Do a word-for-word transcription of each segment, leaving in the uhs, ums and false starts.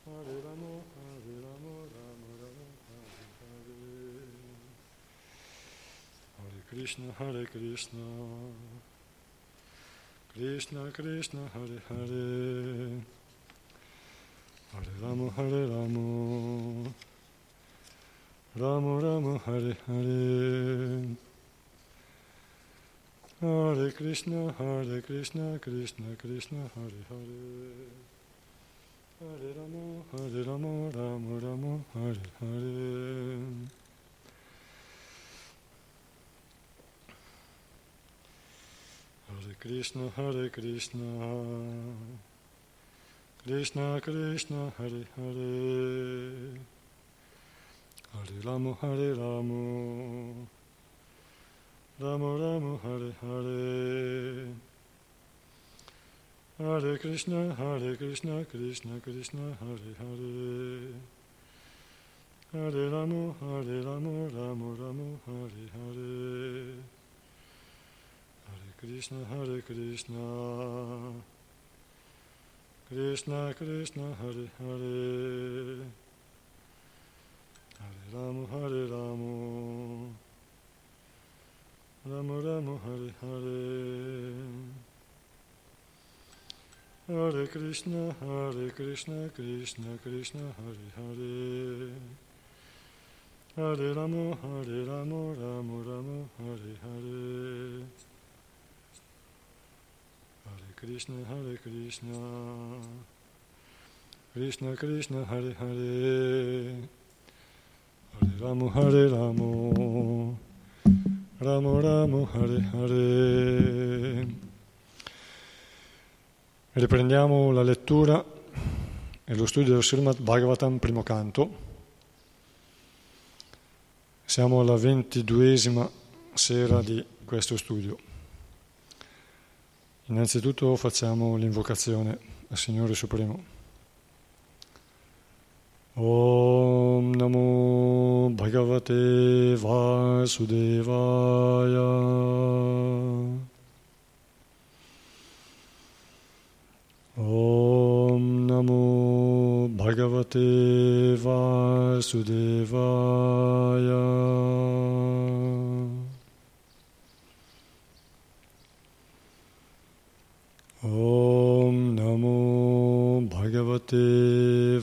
Hare Ramo, Hare Ramo, Ramo Ramo, Hare Hare. Hare Krishna, Hare Krishna, Krishna Krishna, Hare Hare, Hare Ramo, Hare Ramo, Ramo Ramo, Hare Hare. Hare Krishna, Hare Krishna, Krishna Krishna, Hare Hare, Hare Ramo, Hare Ramo, Ramo Ramo, Hare Hare. Hare Krishna, Hare Krishna, Krishna Krishna, Hare Hare, Hare Ramo, Hare Ramo, Ramo Ramo, Hare Hare. Hare Krishna, Hare Krishna, Krishna Krishna, Hare Hare, Hare Ramo, Hare Ramo, Ramo Ramo, Hare Hare. Hare Krishna, Hare Krishna, Krishna Krishna, Hare Hare, Hare Ramo, Hare Ramo, Ramo Ramo, Hare Hare. Hare Krishna, Hare Krishna, Krishna Krishna, Hare Hare, Hare Ramo, Hare Ramo, Ramo Ramo, Hare Hare. Hare Krishna, Hare Krishna, Krishna Krishna, Hare Hare, Hare Ramo, Hare Ramo, Ramo Ramo, Hare Hare. Riprendiamo la lettura e lo studio del Srimad Bhagavatam, primo canto. Siamo alla ventiduesima sera di questo studio. Innanzitutto facciamo l'invocazione al Signore Supremo. Om Namo Bhagavate Vasudevaya. Om Namo Bhagavate Vasudevaya. Om Namo Bhagavate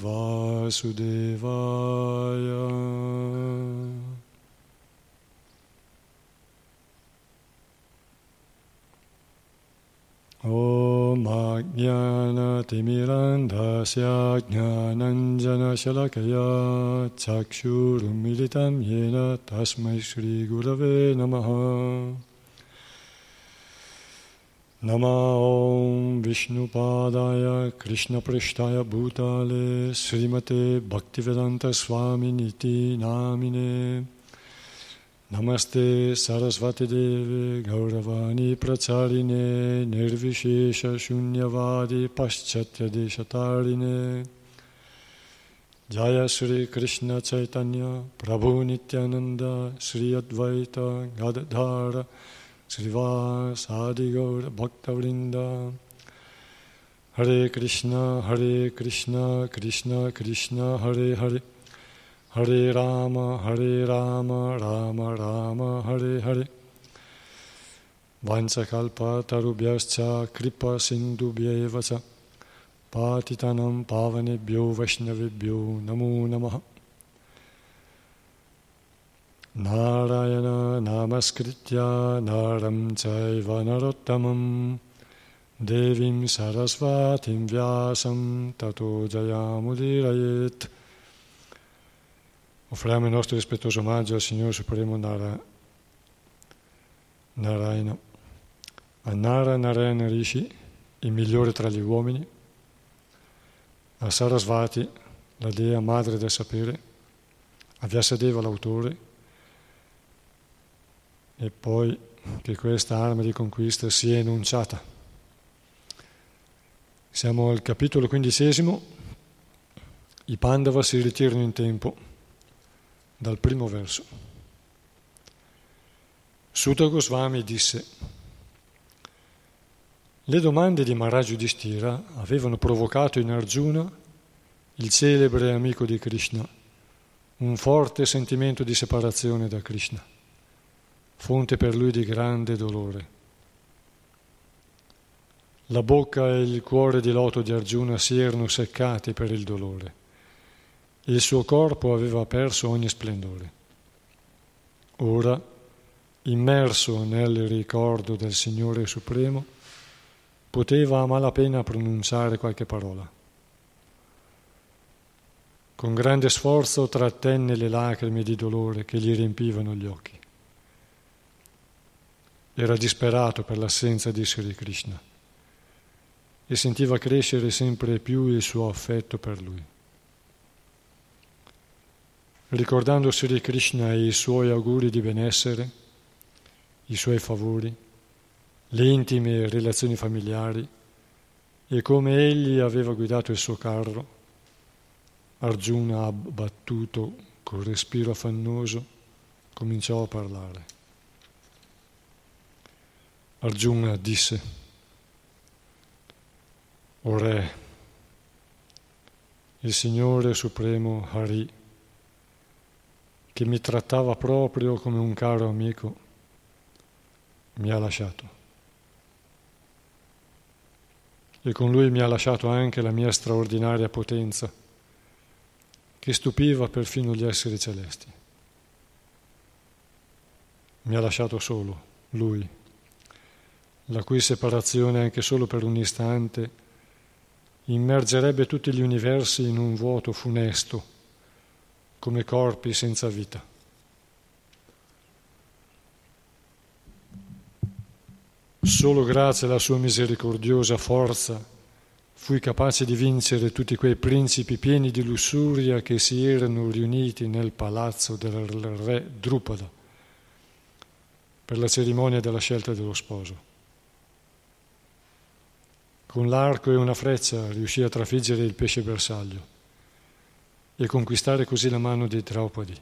Vasudevaya. Om Ajnana Timirandasya Jnananjana Shalakaya Chakshurum Militam Yena Tasmai Shri Gurave Namaha. Nama Om Vishnupadaya Krishna Prishtaya Bhutale Srimate Bhaktivedanta Swami Niti Namine. Namaste Sarasvati Deve Gauravani Pracharine Nirvishesha Shunyavadi Paschatya Deshatarine. Jaya Sri Krishna Chaitanya Prabhu Nityananda Sri Advaita Gadadhara Srivasadi Gaura Bhaktavrinda. Hare Krishna, Hare Krishna, Krishna Krishna, Hare Hare, Hare Rama, Hare Rama, Rama Rama, Hare Hare. Vanchakalpa tarubhyascha kripa sindubhyeva cha patitanam pavanebhyo vaishnavebhyo namo namaha. Narayana namaskritya naram chaiva narottamam devim sarasvatim vyasam tato jayamudirayet. Offriamo il nostro rispettoso omaggio al Signore Supremo Nara, Narayana, a Nara Narayana Rishi, il migliore tra gli uomini, a Sarasvati, la dea madre del sapere, a Vyasadeva, l'autore, e poi che questa arma di conquista sia enunciata. Siamo al capitolo quindicesimo. I Pandava si ritirano in tempo, dal primo verso. Sutta Goswami disse: le domande di Maharaj Yudhishthira avevano provocato in Arjuna il celebre amico di Krishna, un forte sentimento di separazione da Krishna, fonte per lui di grande dolore. La bocca e il cuore di loto di Arjuna si erano seccati per il dolore e il suo corpo aveva perso ogni splendore. Ora, immerso nel ricordo del Signore Supremo, poteva a malapena pronunciare qualche parola. Con grande sforzo trattenne le lacrime di dolore che gli riempivano gli occhi. Era disperato per l'assenza di Sri Krishna e sentiva crescere sempre più il suo affetto per lui. Ricordando Sri Krishna e i suoi auguri di benessere, i suoi favori, le intime relazioni familiari e come egli aveva guidato il suo carro, Arjuna, abbattuto col respiro affannoso, cominciò a parlare. Arjuna disse: O Re, il Signore Supremo Hari, che mi trattava proprio come un caro amico, mi ha lasciato. E con lui mi ha lasciato anche la mia straordinaria potenza, che stupiva perfino gli esseri celesti. Mi ha lasciato solo, lui, la cui separazione anche solo per un istante immergerebbe tutti gli universi in un vuoto funesto, come corpi senza vita. Solo grazie alla sua misericordiosa forza fui capace di vincere tutti quei principi pieni di lussuria che si erano riuniti nel palazzo del re Drupada per la cerimonia della scelta dello sposo. Con l'arco e una freccia riuscì a trafiggere il pesce bersaglio e conquistare così la mano di Draupadi.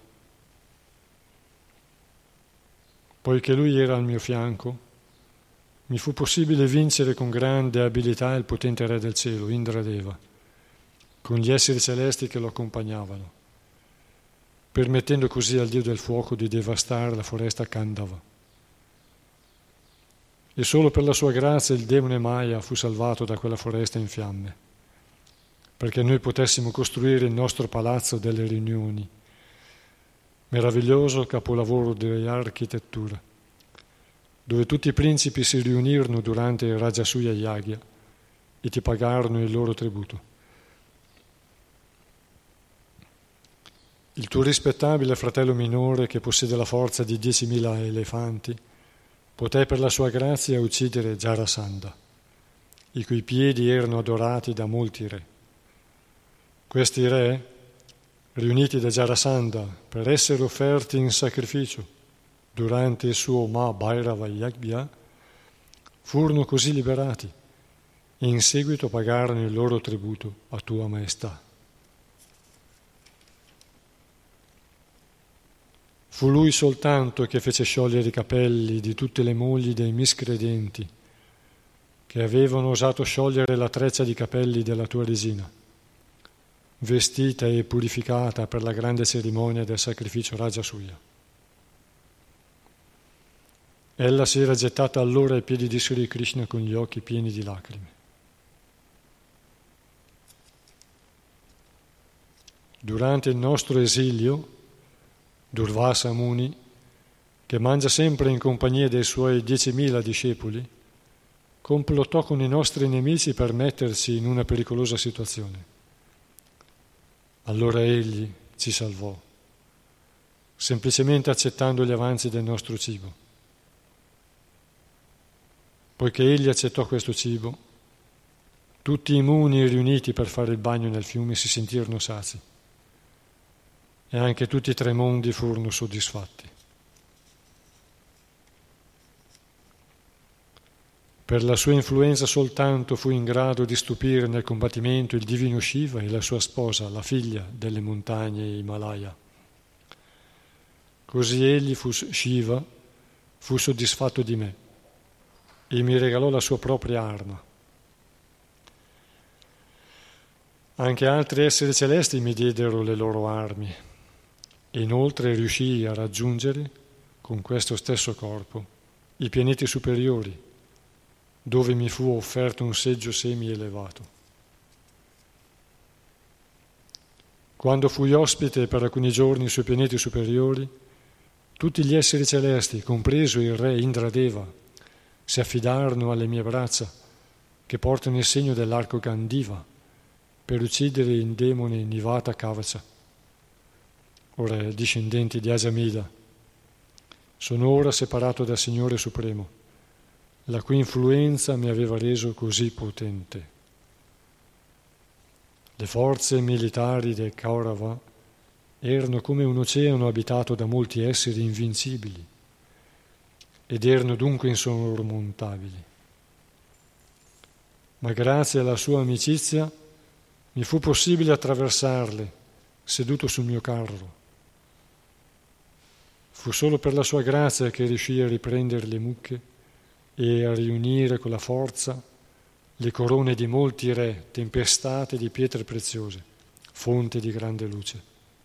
Poiché lui era al mio fianco, mi fu possibile vincere con grande abilità il potente re del cielo, Indradeva, con gli esseri celesti che lo accompagnavano, permettendo così al dio del fuoco di devastare la foresta Kandava. E solo per la sua grazia il demone Maya fu salvato da quella foresta in fiamme, perché noi potessimo costruire il nostro palazzo delle riunioni, meraviglioso capolavoro di architettura, dove tutti i principi si riunirono durante il Rajasuya Yagya e ti pagarono il loro tributo. Il tuo rispettabile fratello minore, che possiede la forza di diecimila elefanti, poté per la sua grazia uccidere Jarasandha, i cui piedi erano adorati da molti re. Questi re, riuniti da Jarasandha per essere offerti in sacrificio durante il suo Mahabhairava Yagya, furono così liberati e in seguito pagarono il loro tributo a tua maestà. Fu lui soltanto che fece sciogliere i capelli di tutte le mogli dei miscredenti che avevano osato sciogliere la treccia di capelli della tua regina, vestita e purificata per la grande cerimonia del sacrificio Rajasuya. Ella si era gettata allora ai piedi di Sri Krishna con gli occhi pieni di lacrime. Durante il nostro esilio, Durvasa Muni, che mangia sempre in compagnia dei suoi diecimila discepoli, complottò con i nostri nemici per metterci in una pericolosa situazione. Allora egli ci salvò, semplicemente accettando gli avanzi del nostro cibo. Poiché egli accettò questo cibo, tutti i Muni riuniti per fare il bagno nel fiume si sentirono sazi e anche tutti i tre mondi furono soddisfatti. Per la sua influenza soltanto fu in grado di stupire nel combattimento il divino Shiva e la sua sposa, la figlia delle montagne Himalaya. Così egli fu Shiva, fu soddisfatto di me e mi regalò la sua propria arma. Anche altri esseri celesti mi diedero le loro armi e inoltre riuscii a raggiungere, con questo stesso corpo, i pianeti superiori, dove mi fu offerto un seggio semi-elevato. Quando fui ospite per alcuni giorni sui pianeti superiori, tutti gli esseri celesti, compreso il re Indradeva, si affidarono alle mie braccia, che portano il segno dell'arco Gandiva, per uccidere il demone Nivata Kavacha. Ora, discendenti di Ajamila, sono ora separato dal Signore Supremo, la cui influenza mi aveva reso così potente. Le forze militari del Kaurava erano come un oceano abitato da molti esseri invincibili ed erano dunque insormontabili. Ma grazie alla sua amicizia mi fu possibile attraversarle seduto sul mio carro. Fu solo per la sua grazia che riuscii a riprendere le mucche e a riunire con la forza le corone di molti re tempestate di pietre preziose, fonte di grande luce.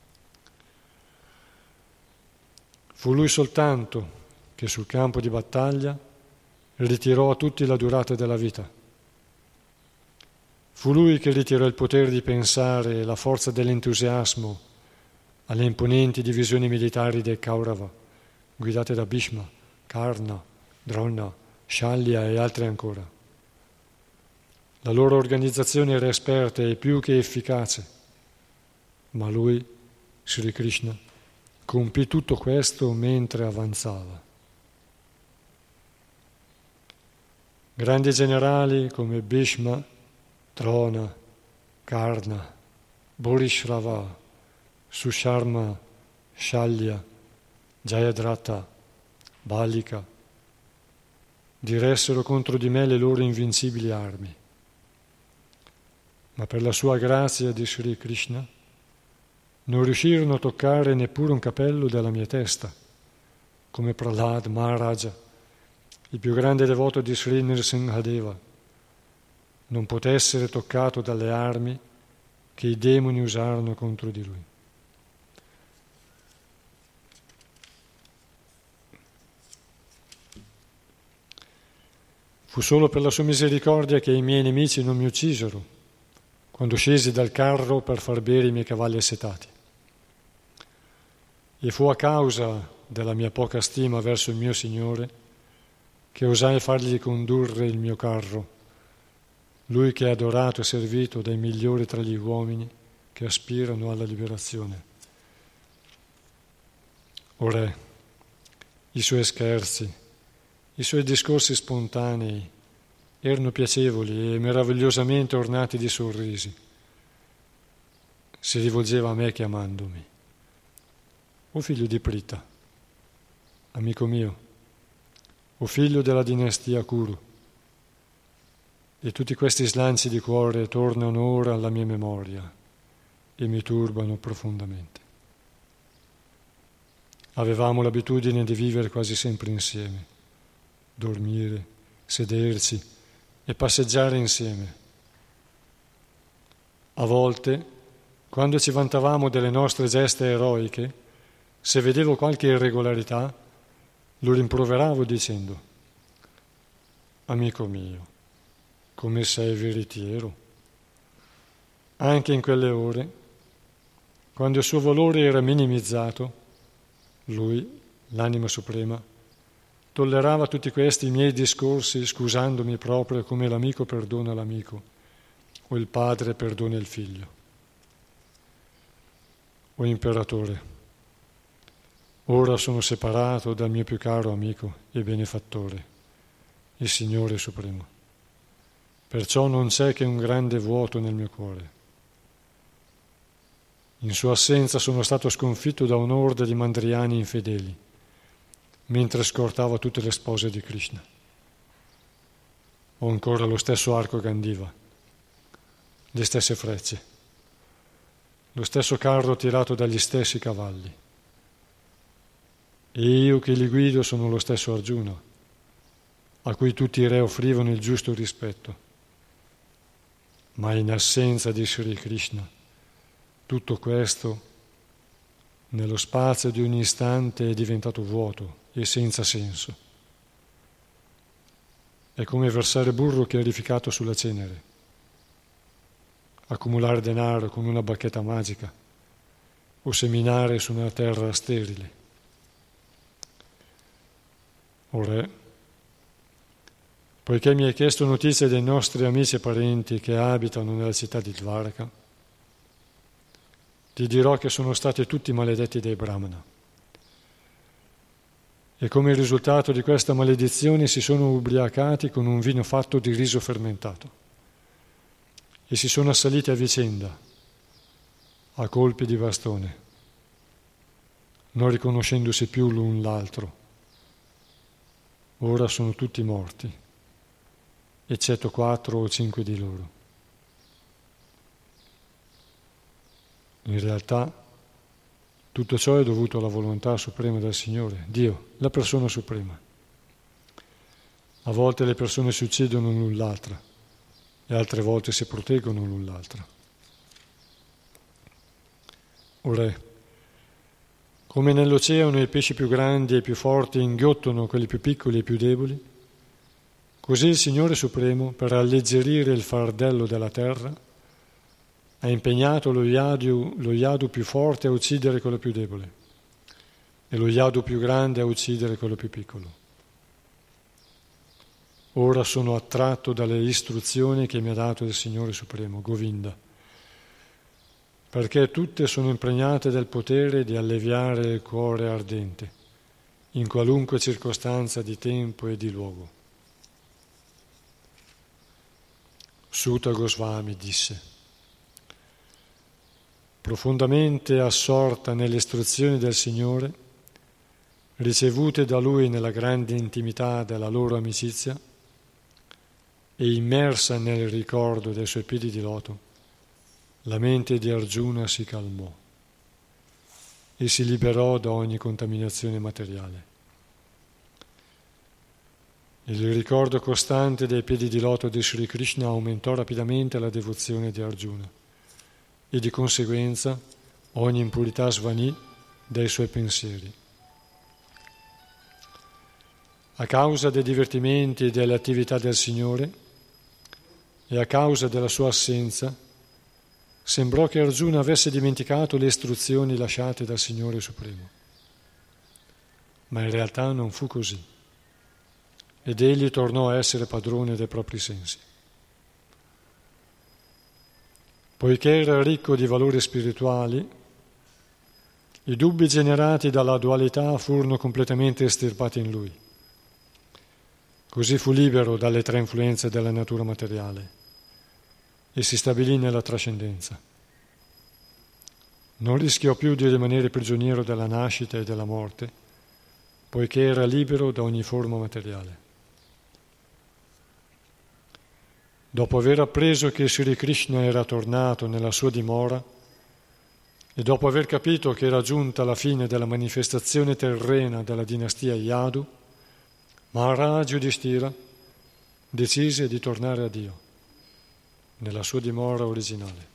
Fu lui soltanto che sul campo di battaglia ritirò a tutti la durata della vita. Fu lui che ritirò il potere di pensare e la forza dell'entusiasmo alle imponenti divisioni militari del Kaurava, guidate da Bhishma, Karna, Drona, Shalya e altri ancora. La loro organizzazione era esperta e più che efficace, ma lui, Sri Krishna, compì tutto questo mentre avanzava. Grandi generali come Bhishma, Drona, Karna, Bhurishrava, Susharma, Shalya, Jayadratha, Balika, diressero contro di me le loro invincibili armi. Ma per la sua grazia di Sri Krishna non riuscirono a toccare neppure un capello della mia testa, come Prahlad Maharaja, il più grande devoto di Sri Nrsimhadeva, non poté essere toccato dalle armi che i demoni usarono contro di lui. Fu solo per la sua misericordia che i miei nemici non mi uccisero quando scesi dal carro per far bere i miei cavalli assetati. E fu a causa della mia poca stima verso il mio Signore che osai fargli condurre il mio carro, lui che è adorato e servito dai migliori tra gli uomini che aspirano alla liberazione. O Re, i suoi scherzi, i suoi discorsi spontanei erano piacevoli e meravigliosamente ornati di sorrisi. Si rivolgeva a me chiamandomi: o figlio di Prita, amico mio, o figlio della dinastia Kuru. E tutti questi slanci di cuore tornano ora alla mia memoria e mi turbano profondamente. Avevamo l'abitudine di vivere quasi sempre insieme, dormire, sederci e passeggiare insieme. A volte, quando ci vantavamo delle nostre gesta eroiche, se vedevo qualche irregolarità, lo rimproveravo dicendo: amico mio, come sei veritiero. Anche in quelle ore, quando il suo valore era minimizzato, lui, l'anima suprema, tollerava tutti questi miei discorsi scusandomi proprio come l'amico perdona l'amico o il padre perdona il figlio. O imperatore, ora sono separato dal mio più caro amico e benefattore, il Signore Supremo. Perciò non c'è che un grande vuoto nel mio cuore. In sua assenza sono stato sconfitto da un'orda di mandriani infedeli, mentre scortava tutte le spose di Krishna. Ho ancora lo stesso arco Gandiva, le stesse frecce, lo stesso carro tirato dagli stessi cavalli. E io che li guido sono lo stesso Arjuna, a cui tutti i re offrivano il giusto rispetto. Ma in assenza di Sri Krishna, tutto questo nello spazio di un istante è diventato vuoto e senza senso. È come versare burro chiarificato sulla cenere, accumulare denaro con una bacchetta magica o seminare su una terra sterile. O Re, poiché mi hai chiesto notizie dei nostri amici e parenti che abitano nella città di Dvaraka, ti dirò che sono stati tutti maledetti dai Brahmana. E come risultato di questa maledizione si sono ubriacati con un vino fatto di riso fermentato e si sono assaliti a vicenda a colpi di bastone, non riconoscendosi più l'un l'altro. Ora sono tutti morti, eccetto quattro o cinque di loro. In realtà tutto ciò è dovuto alla volontà suprema del Signore, Dio, la persona suprema. A volte le persone si uccidono l'un l'altra e altre volte si proteggono l'un l'altra. O Re, come nell'oceano i pesci più grandi e più forti inghiottono quelli più piccoli e più deboli, così il Signore Supremo, per alleggerire il fardello della terra, ha impegnato lo yadu, lo yadu più forte a uccidere quello più debole e lo yadu più grande a uccidere quello più piccolo. Ora sono attratto dalle istruzioni che mi ha dato il Signore Supremo, Govinda, perché tutte sono impregnate del potere di alleviare il cuore ardente, in qualunque circostanza di tempo e di luogo. Suta Goswami disse: profondamente assorta nelle istruzioni del Signore, ricevute da Lui nella grande intimità della loro amicizia e immersa nel ricordo dei suoi piedi di loto, la mente di Arjuna si calmò e si liberò da ogni contaminazione materiale. Il ricordo costante dei piedi di loto di Sri Krishna aumentò rapidamente la devozione di Arjuna e di conseguenza ogni impurità svanì dai suoi pensieri. A causa dei divertimenti e delle attività del Signore e a causa della sua assenza, sembrò che Arjuna avesse dimenticato le istruzioni lasciate dal Signore Supremo. Ma in realtà non fu così, ed egli tornò a essere padrone dei propri sensi. Poiché era ricco di valori spirituali, i dubbi generati dalla dualità furono completamente estirpati in lui. Così fu libero dalle tre influenze della natura materiale e si stabilì nella trascendenza. Non rischiò più di rimanere prigioniero della nascita e della morte, poiché era libero da ogni forma materiale. Dopo aver appreso che Sri Krishna era tornato nella sua dimora e dopo aver capito che era giunta la fine della manifestazione terrena della dinastia Yadu, Maharaj Yudhishthira decise di tornare a Dio nella sua dimora originale.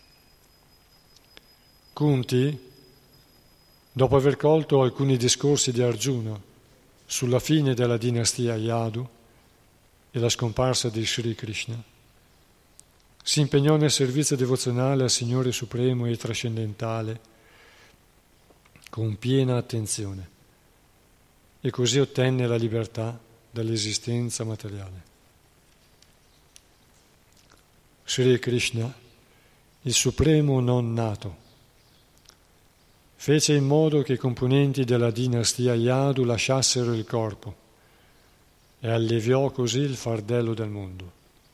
Kunti, dopo aver colto alcuni discorsi di Arjuna sulla fine della dinastia Yadu e la scomparsa di Sri Krishna, si impegnò nel servizio devozionale al Signore Supremo e trascendentale con piena attenzione e così ottenne la libertà dall'esistenza materiale. Sri Krishna, il Supremo non nato, fece in modo che i componenti della dinastia Yadu lasciassero il corpo e alleviò così il fardello del mondo.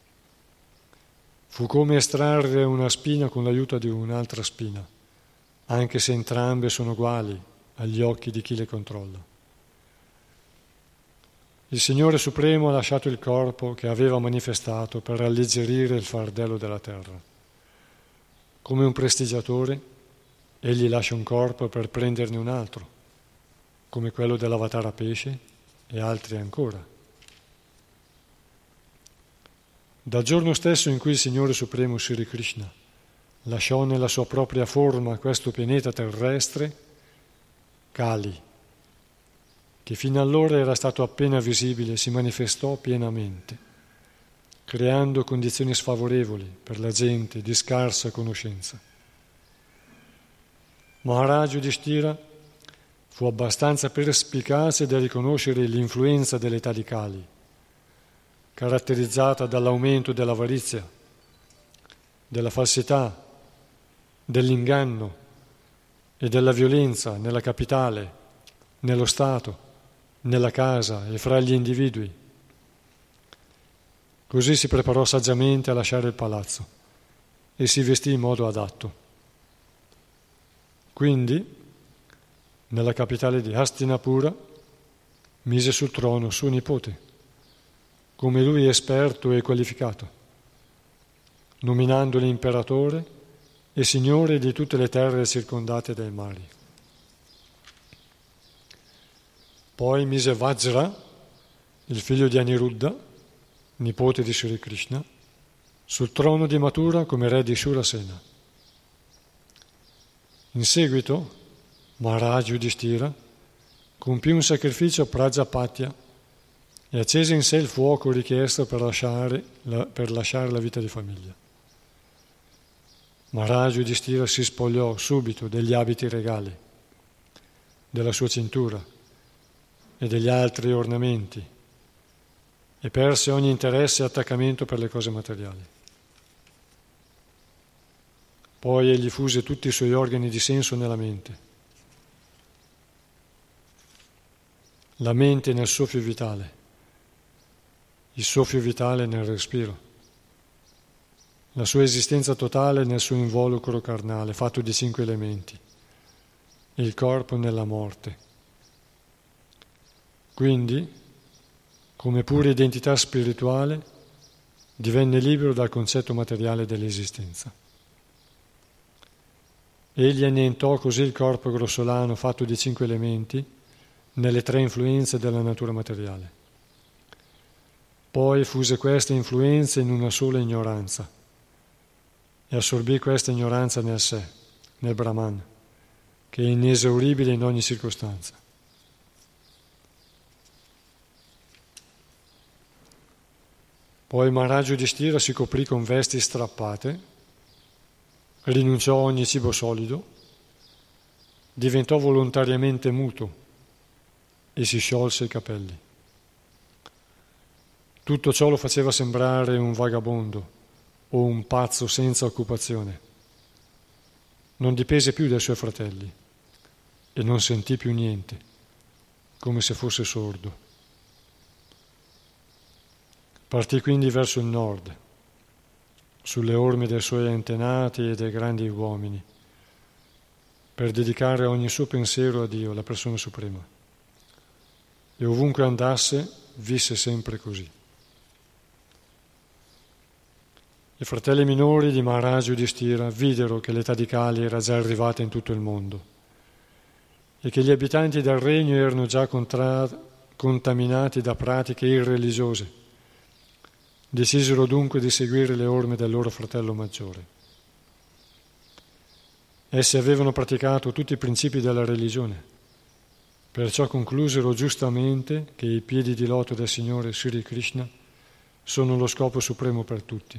Fu come estrarre una spina con l'aiuto di un'altra spina, anche se entrambe sono uguali agli occhi di chi le controlla. Il Signore Supremo ha lasciato il corpo che aveva manifestato per alleggerire il fardello della terra. Come un prestigiatore, egli lascia un corpo per prenderne un altro, come quello dell'avatara pesce e altri ancora. Dal giorno stesso in cui il Signore Supremo Sri Krishna lasciò nella sua propria forma questo pianeta terrestre, Kali, che fino allora era stato appena visibile, si manifestò pienamente, creando condizioni sfavorevoli per la gente di scarsa conoscenza. Maharaj Yudhishthira fu abbastanza perspicace da riconoscere l'influenza dell'età di Kali, caratterizzata dall'aumento dell'avarizia, della falsità, dell'inganno e della violenza nella capitale, nello Stato, nella casa e fra gli individui. Così si preparò saggiamente a lasciare il palazzo e si vestì in modo adatto. Quindi, nella capitale di Hastinapura, mise sul trono suo nipote, come lui esperto e qualificato, nominandolo imperatore e signore di tutte le terre circondate dai mari. Poi mise Vajra, il figlio di Aniruddha, nipote di Sri Krishna, sul trono di Mathura come re di Shurasena. In seguito, Maharaj Yudhishthira compì un sacrificio a Prajapatya e accese in sé il fuoco richiesto per lasciare la, per lasciare la vita di famiglia. Maharaj Yudhishthira si spogliò subito degli abiti regali, della sua cintura e degli altri ornamenti e perse ogni interesse e attaccamento per le cose materiali. Poi egli fuse tutti i suoi organi di senso nella mente, la mente nel soffio vitale, il soffio vitale nel respiro, la sua esistenza totale nel suo involucro carnale, fatto di cinque elementi, e il corpo nella morte. Quindi, come pura identità spirituale, divenne libero dal concetto materiale dell'esistenza. Egli annientò così il corpo grossolano fatto di cinque elementi nelle tre influenze della natura materiale. Poi fuse queste influenze in una sola ignoranza e assorbì questa ignoranza nel sé, nel Brahman, che è inesauribile in ogni circostanza. Poi Maharaj Yudhishthira si coprì con vesti strappate, rinunciò a ogni cibo solido, diventò volontariamente muto e si sciolse i capelli. Tutto ciò lo faceva sembrare un vagabondo o un pazzo senza occupazione. Non dipese più dai suoi fratelli e non sentì più niente, come se fosse sordo. Partì quindi verso il nord, sulle orme dei suoi antenati e dei grandi uomini, per dedicare ogni suo pensiero a Dio, la persona suprema. E ovunque andasse, visse sempre così. I fratelli minori di Maharaj Yudhishthira videro che l'età di Kali era già arrivata in tutto il mondo e che gli abitanti del regno erano già contra- contaminati da pratiche irreligiose. Decisero dunque di seguire le orme del loro fratello maggiore. Essi avevano praticato tutti i principi della religione, perciò conclusero giustamente che i piedi di loto del Signore Sri Krishna sono lo scopo supremo per tutti.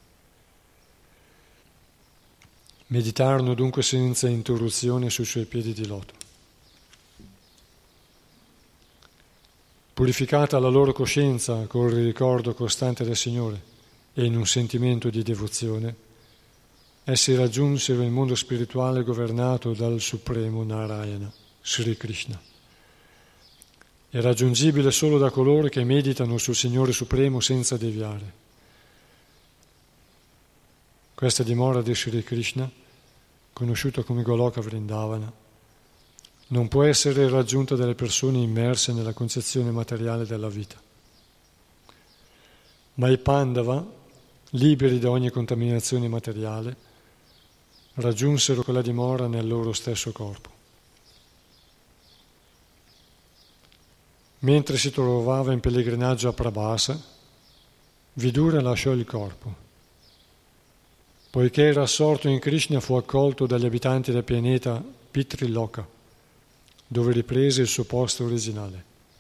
Meditarono dunque senza interruzione sui suoi piedi di loto. Purificata la loro coscienza col ricordo costante del Signore e in un sentimento di devozione, essi raggiunsero il mondo spirituale governato dal Supremo Narayana, Sri Krishna. È raggiungibile solo da coloro che meditano sul Signore Supremo senza deviare. Questa dimora di Sri Krishna, conosciuta come Goloka Vrindavana, non può essere raggiunta dalle persone immerse nella concezione materiale della vita. Ma i Pandava, liberi da ogni contaminazione materiale, raggiunsero quella dimora nel loro stesso corpo. Mentre si trovava in pellegrinaggio a Prabhasa, Vidura lasciò il corpo. Poiché era assorto in Krishna, fu accolto dagli abitanti del pianeta Pitriloka, dove riprese il suo posto originale.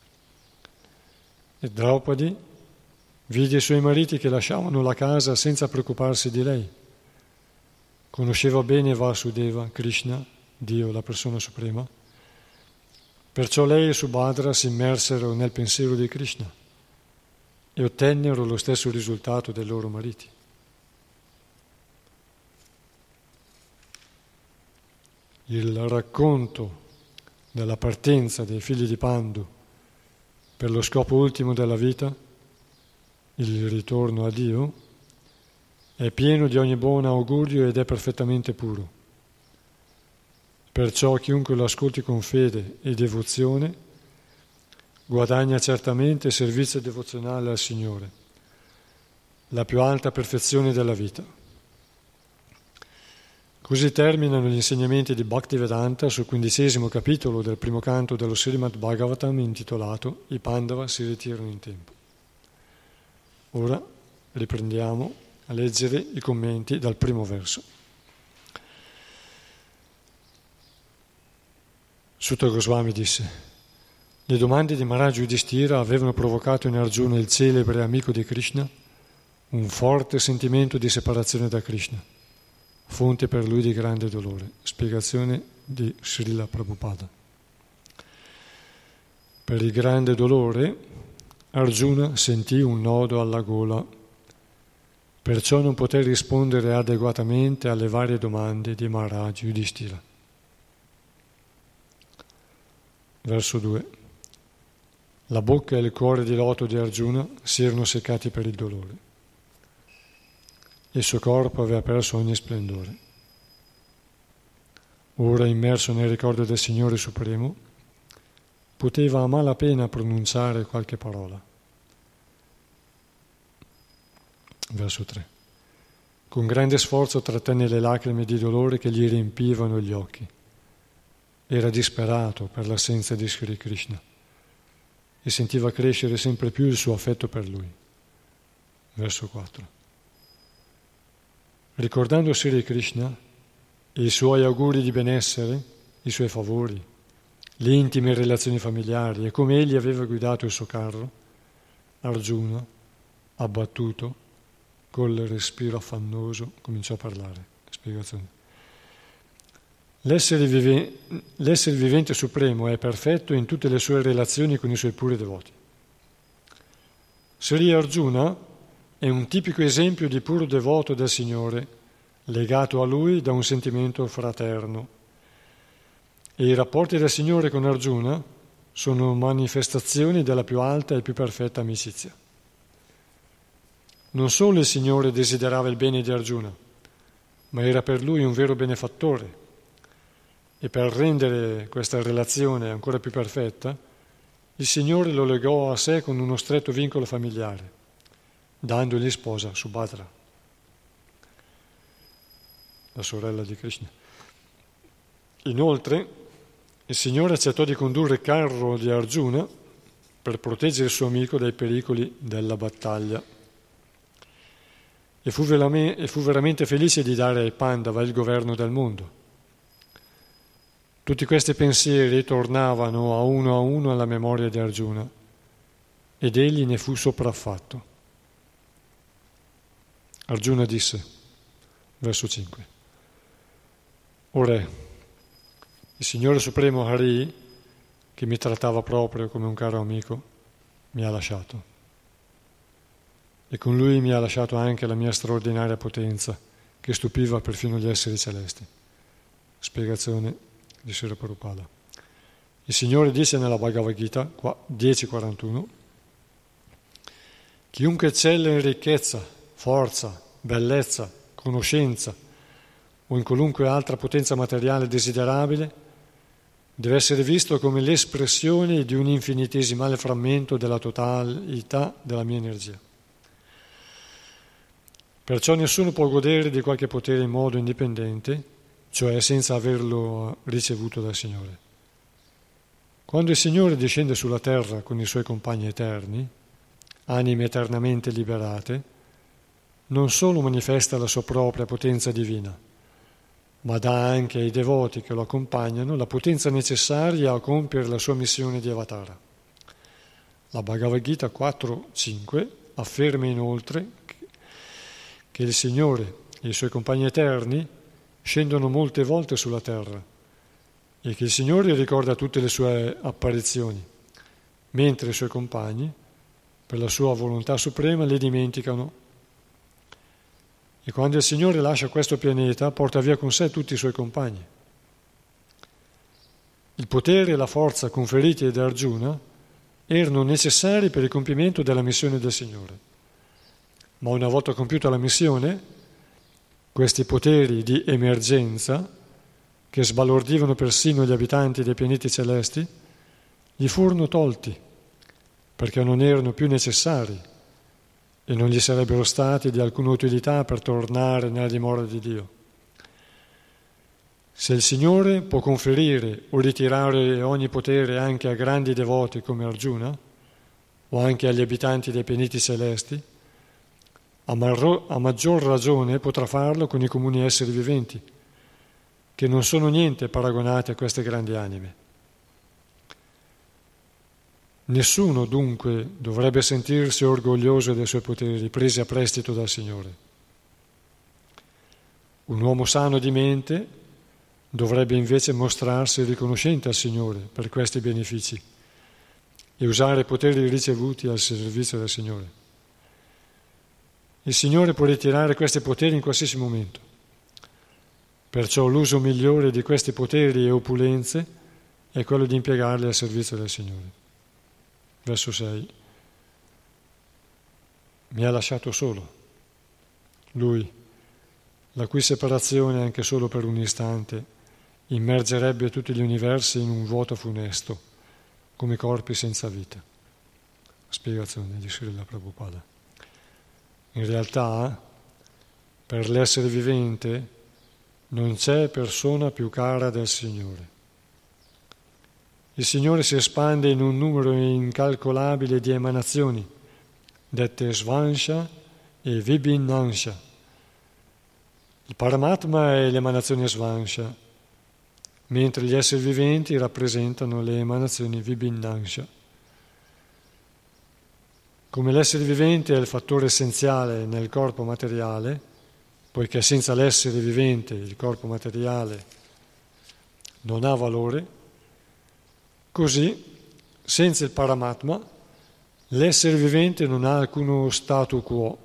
E Draupadi vide i suoi mariti che lasciavano la casa senza preoccuparsi di lei. Conosceva bene Vasudeva, Krishna, Dio, la persona suprema. Perciò lei e Subhadra si immersero nel pensiero di Krishna e ottennero lo stesso risultato dei loro mariti. Il racconto della partenza dei figli di Pandu per lo scopo ultimo della vita, il ritorno a Dio, è pieno di ogni buon augurio ed è perfettamente puro. Perciò chiunque lo ascolti con fede e devozione guadagna certamente servizio devozionale al Signore, la più alta perfezione della vita. Così terminano gli insegnamenti di Bhaktivedanta sul quindicesimo capitolo del primo canto dello Srimad Bhagavatam intitolato I Pandava si ritirano in tempo. Ora riprendiamo a leggere i commenti dal primo verso. Sutta Goswami disse: le domande di Maharaj Yudhishthira avevano provocato in Arjuna, il celebre amico di Krishna, un forte sentimento di separazione da Krishna, fonte per lui di grande dolore. Spiegazione di Srila Prabhupada. Per il grande dolore Arjuna sentì un nodo alla gola, perciò non poté rispondere adeguatamente alle varie domande di Maharaj Yudhishthira. Verso due. La bocca e il cuore di loto di Arjuna si erano seccati per il dolore. Il suo corpo aveva perso ogni splendore. Ora, immerso nel ricordo del Signore Supremo, poteva a malapena pronunciare qualche parola. Verso tre. Con grande sforzo trattenne le lacrime di dolore che gli riempivano gli occhi. Era disperato per l'assenza di Sri Krishna e sentiva crescere sempre più il suo affetto per lui. Verso quattro. Ricordando Sri Krishna e i suoi auguri di benessere, i suoi favori, le intime relazioni familiari e come egli aveva guidato il suo carro, Arjuna, abbattuto, col respiro affannoso, cominciò a parlare. Spiegazione. L'essere, vive, l'essere vivente supremo è perfetto in tutte le sue relazioni con i suoi puri devoti. Sri Arjuna è un tipico esempio di puro devoto del Signore, legato a Lui da un sentimento fraterno. E i rapporti del Signore con Arjuna sono manifestazioni della più alta e più perfetta amicizia. Non solo il Signore desiderava il bene di Arjuna, ma era per lui un vero benefattore. E per rendere questa relazione ancora più perfetta, il Signore lo legò a sé con uno stretto vincolo familiare, dandogli sposa Subhadra, la sorella di Krishna. Inoltre, il Signore accettò di condurre il carro di Arjuna per proteggere il suo amico dai pericoli della battaglia. E fu, veramente, e fu veramente felice di dare ai Pandava il governo del mondo. Tutti questi pensieri tornavano a uno a uno alla memoria di Arjuna ed egli ne fu sopraffatto. Arjuna disse, verso cinque, O Re, il Signore Supremo Hari, che mi trattava proprio come un caro amico, mi ha lasciato. E con lui mi ha lasciato anche la mia straordinaria potenza, che stupiva perfino gli esseri celesti. Spiegazione di Srila Prabhupada. Il Signore dice nella Bhagavad Gita dieci quarantuno: chiunque eccelle in ricchezza, forza, bellezza, conoscenza o in qualunque altra potenza materiale desiderabile deve essere visto come l'espressione di un infinitesimale frammento della totalità della mia energia. Perciò nessuno può godere di qualche potere in modo indipendente, cioè senza averlo ricevuto dal Signore. Quando il Signore discende sulla terra con i suoi compagni eterni, anime eternamente liberate, non solo manifesta la sua propria potenza divina, ma dà anche ai devoti che lo accompagnano la potenza necessaria a compiere la sua missione di Avatara. La Bhagavad Gita quattro cinque afferma inoltre che il Signore e i suoi compagni eterni scendono molte volte sulla terra e che il Signore ricorda tutte le sue apparizioni, mentre i suoi compagni, per la sua volontà suprema, le dimenticano. E quando il Signore lascia questo pianeta, porta via con sé tutti i suoi compagni. Il potere e la forza conferiti da Arjuna erano necessari per il compimento della missione del Signore. Ma una volta compiuta la missione, questi poteri di emergenza, che sbalordivano persino gli abitanti dei pianeti celesti, gli furono tolti, perché non erano più necessari e non gli sarebbero stati di alcuna utilità per tornare nella dimora di Dio. Se il Signore può conferire o ritirare ogni potere anche a grandi devoti come Arjuna, o anche agli abitanti dei pianeti celesti, a, marro- a maggior ragione potrà farlo con i comuni esseri viventi, che non sono niente paragonati a queste grandi anime. Nessuno dunque dovrebbe sentirsi orgoglioso dei suoi poteri presi a prestito dal Signore. Un uomo sano di mente dovrebbe invece mostrarsi riconoscente al Signore per questi benefici e usare i poteri ricevuti al servizio del Signore. Il Signore può ritirare questi poteri in qualsiasi momento. Perciò l'uso migliore di questi poteri e opulenze è quello di impiegarli al servizio del Signore. Verso sei. Mi ha lasciato solo. Lui, la cui separazione anche solo per un istante immergerebbe tutti gli universi in un vuoto funesto, come corpi senza vita. Spiegazione di Srila Prabhupada. In realtà, per l'essere vivente non c'è persona più cara del Signore. Il Signore si espande in un numero incalcolabile di emanazioni, dette Svansha e Vibhinansha. Il Paramatma è l'emanazione Svansha, mentre gli esseri viventi rappresentano le emanazioni Vibhinansha. Come l'essere vivente è il fattore essenziale nel corpo materiale, poiché senza l'essere vivente il corpo materiale non ha valore, così, senza il Paramatma, l'essere vivente non ha alcuno statu quo.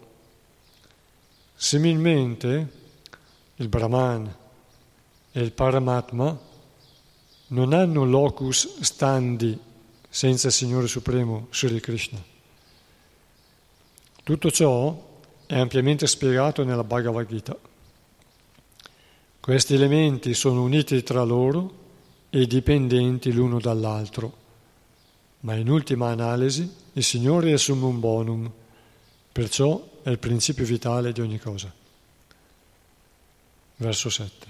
Similmente, il Brahman e il Paramatma non hanno locus standi senza il Signore Supremo, Sri Krishna. Tutto ciò è ampiamente spiegato nella Bhagavad Gita. Questi elementi sono uniti tra loro e dipendenti l'uno dall'altro, ma in ultima analisi il Signore è il summum bonum, perciò è il principio vitale di ogni cosa. Verso sette.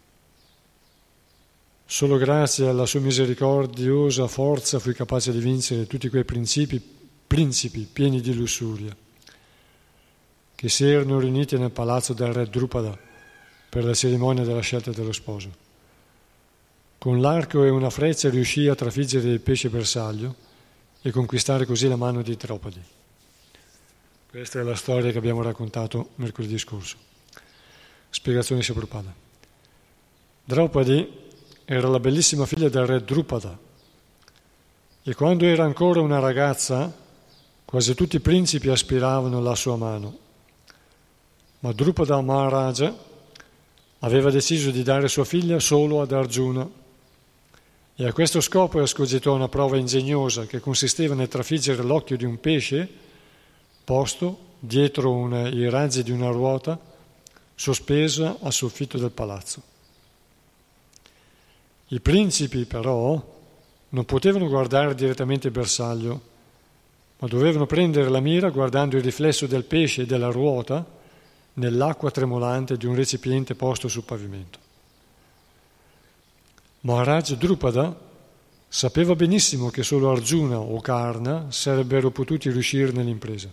Solo grazie alla sua misericordiosa forza fui capace di vincere tutti quei principi, principi pieni di lussuria, che si erano riuniti nel palazzo del re Drupada per la cerimonia della scelta dello sposo. Con l'arco e una freccia riuscì a trafiggere il pesce bersaglio e conquistare così la mano di Draupadi. Questa è la storia che abbiamo raccontato mercoledì scorso. Spiegazione Sri Prabhupada. Draupadi era la bellissima figlia del re Drupada e quando era ancora una ragazza quasi tutti i principi aspiravano alla sua mano. Ma Drupada Maharaja aveva deciso di dare sua figlia solo ad Arjuna e a questo scopo escogitò una prova ingegnosa che consisteva nel trafiggere l'occhio di un pesce posto dietro una, i raggi di una ruota sospesa al soffitto del palazzo. I principi però non potevano guardare direttamente il bersaglio, ma dovevano prendere la mira guardando il riflesso del pesce e della ruota nell'acqua tremolante di un recipiente posto sul pavimento. Maharaj Drupada Sapeva benissimo che solo Arjuna o Karna sarebbero potuti riuscire nell'impresa.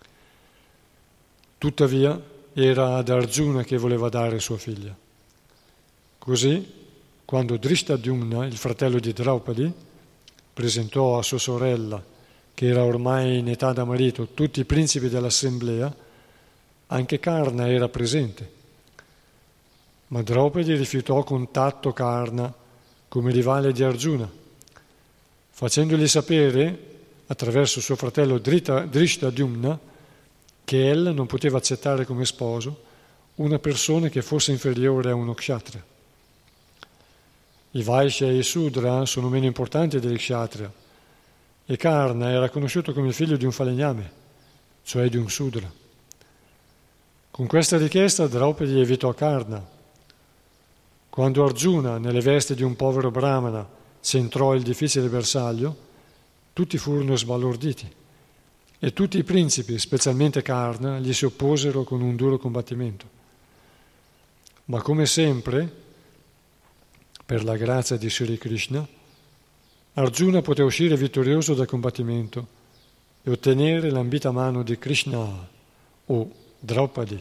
Tuttavia era ad Arjuna che voleva dare sua figlia. Così, quando Drishtadyumna, il fratello di Draupadi, presentò a sua sorella, che era ormai in età da marito, tutti i principi dell'assemblea, anche Karna era presente. Ma Draupadi rifiutò contatto Karna come rivale di Arjuna, facendogli sapere, attraverso suo fratello Drishtadyumna, che ella non poteva accettare come sposo una persona che fosse inferiore a uno kshatriya. I Vaishya e i Sudra sono meno importanti degli kshatriya e Karna era conosciuto come il figlio di un falegname, cioè di un Sudra. Con questa richiesta Draupadi evitò Karna. Quando Arjuna, nelle vesti di un povero brahmana, centrò il difficile bersaglio, tutti furono sbalorditi e tutti i principi, specialmente Karna, gli si opposero con un duro combattimento. Ma come sempre, per la grazia di Sri Krishna, Arjuna poté uscire vittorioso dal combattimento e ottenere l'ambita mano di Krishna o Draupadi.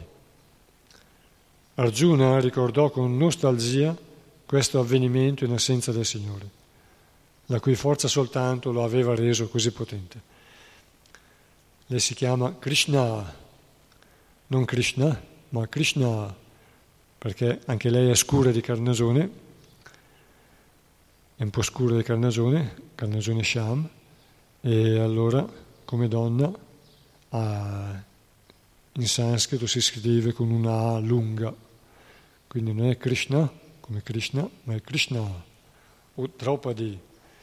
Arjuna ricordò con nostalgia questo avvenimento in assenza del Signore, la cui forza soltanto lo aveva reso così potente. Lei si chiama Krishna, non Krishna, ma Krishna, perché anche lei è scura di carnagione, è un po' scura di carnagione, carnagione Shyam, e allora come donna ha, in sanscrito si scrive con una A lunga, quindi non è Krishna come Krishna, ma è Krishna o Draupadi.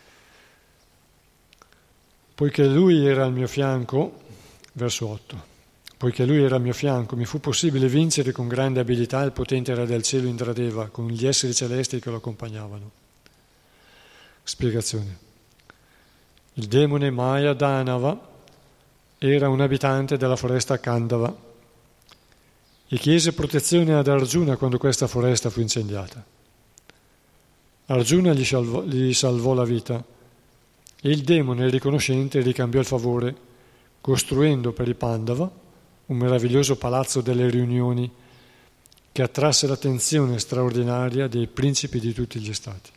Poiché lui era al mio fianco, verso otto, poiché lui era al mio fianco, mi fu possibile vincere con grande abilità il potente re del cielo Indradeva, con gli esseri celesti che lo accompagnavano. Spiegazione. Il demone Maya Danava era un abitante della foresta Kandava e chiese protezione ad Arjuna quando questa foresta fu incendiata. Arjuna gli salvò, gli salvò la vita e il demone riconoscente ricambiò il favore, costruendo per i Pandava un meraviglioso palazzo delle riunioni che attrasse l'attenzione straordinaria dei principi di tutti gli stati.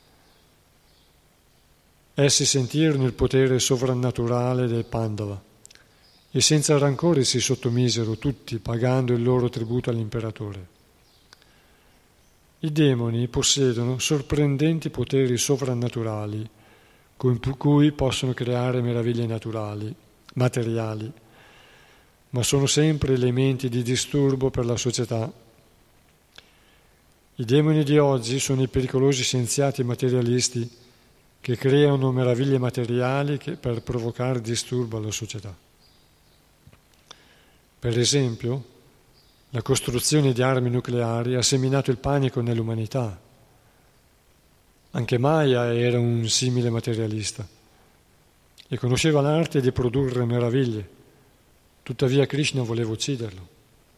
Essi sentirono il potere sovrannaturale dei Pandava e senza rancore si sottomisero tutti pagando il loro tributo all'imperatore. I demoni possiedono sorprendenti poteri sovrannaturali con cui possono creare meraviglie naturali, materiali, ma sono sempre elementi di disturbo per la società. I demoni di oggi sono i pericolosi scienziati materialisti che creano meraviglie materiali che, per provocare disturbo alla società. Per esempio, la costruzione di armi nucleari ha seminato il panico nell'umanità. Anche Maya era un simile materialista e conosceva l'arte di produrre meraviglie. Tuttavia Krishna voleva ucciderlo.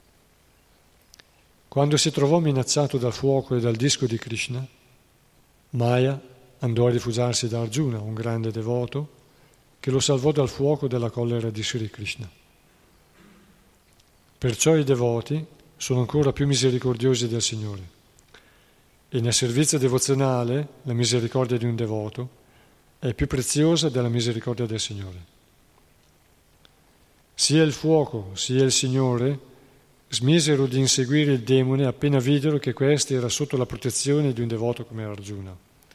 Quando si trovò minacciato dal fuoco e dal disco di Krishna, Maya andò a rifugiarsi da Arjuna, un grande devoto, che lo salvò dal fuoco della collera di Sri Krishna. Perciò i devoti sono ancora più misericordiosi del Signore e nel servizio devozionale la misericordia di un devoto è più preziosa della misericordia del Signore. Sia il fuoco sia il Signore smisero di inseguire il demone appena videro che questi era sotto la protezione di un devoto come Arjuna.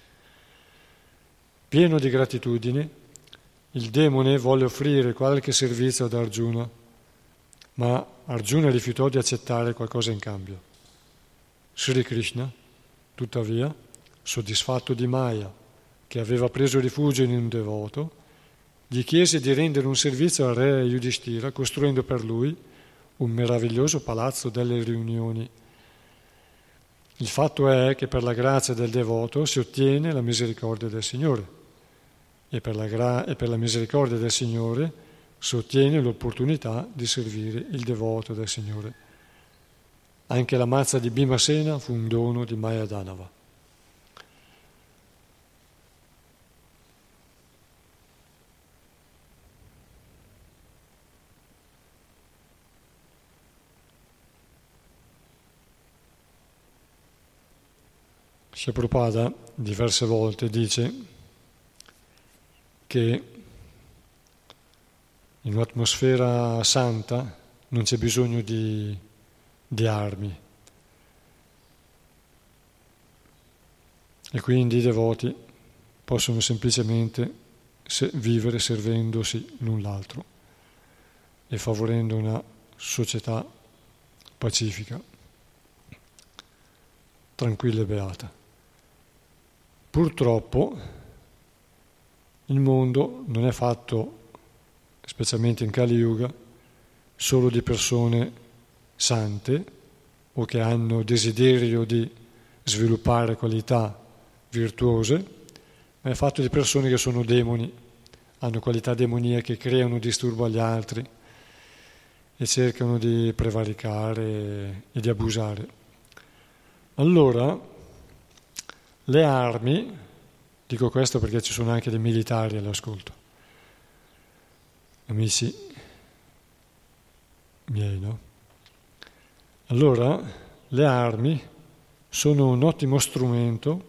Pieno di gratitudine, il demone volle offrire qualche servizio ad Arjuna, ma Arjuna rifiutò di accettare qualcosa in cambio. Sri Krishna, tuttavia, soddisfatto di Maya, che aveva preso rifugio in un devoto, gli chiese di rendere un servizio al re Yudhishthira costruendo per lui un meraviglioso palazzo delle riunioni. Il fatto è che per la grazia del devoto si ottiene la misericordia del Signore e per la, gra- e per la misericordia del Signore si ottiene l'opportunità di servire il devoto del Signore. Anche la mazza di Bhimasena fu un dono di Maya Danava. Srila Prabhupada diverse volte dice che in un'atmosfera santa non c'è bisogno di, di armi e quindi i devoti possono semplicemente vivere servendosi l'un l'altro e favorendo una società pacifica, tranquilla e beata. Purtroppo il mondo non è fatto, specialmente in Kali Yuga, solo di persone sante o che hanno desiderio di sviluppare qualità virtuose, ma è fatto di persone che sono demoni, hanno qualità demoniache, creano disturbo agli altri e cercano di prevaricare e di abusare. Allora, le armi, dico questo perché ci sono anche dei militari all'ascolto, amici miei, no? Allora, le armi sono un ottimo strumento,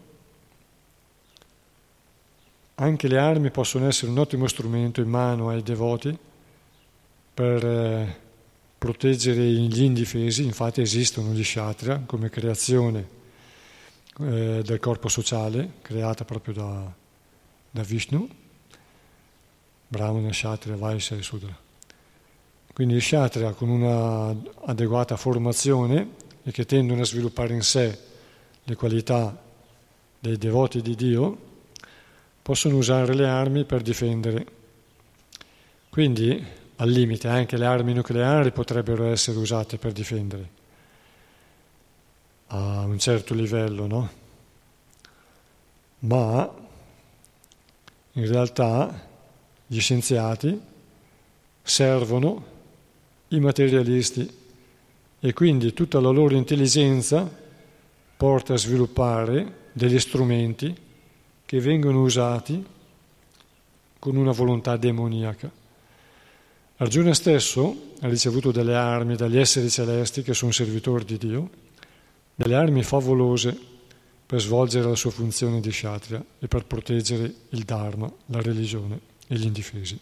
anche le armi possono essere un ottimo strumento in mano ai devoti per eh, proteggere gli indifesi. Infatti esistono gli kshatriya come creazione eh, del corpo sociale, creata proprio da, da Vishnu, Brahmana, Kshatriya, Vaishya e Sudra. Quindi i kshatriya con una adeguata formazione e che tendono a sviluppare in sé le qualità dei devoti di Dio possono usare le armi per difendere. Quindi, al limite, anche le armi nucleari potrebbero essere usate per difendere, a un certo livello, no? Ma, in realtà, gli scienziati servono i materialisti e quindi tutta la loro intelligenza porta a sviluppare degli strumenti che vengono usati con una volontà demoniaca. Arjuna stesso ha ricevuto delle armi dagli esseri celesti che sono servitori di Dio, delle armi favolose per svolgere la sua funzione di kshatriya e per proteggere il dharma, la religione e gli indifesi.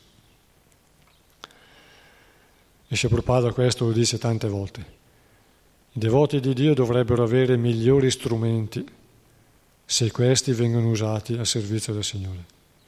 E Srila Prabhupada questo lo dice tante volte. I devoti di Dio dovrebbero avere migliori strumenti se questi vengono usati a servizio del Signore.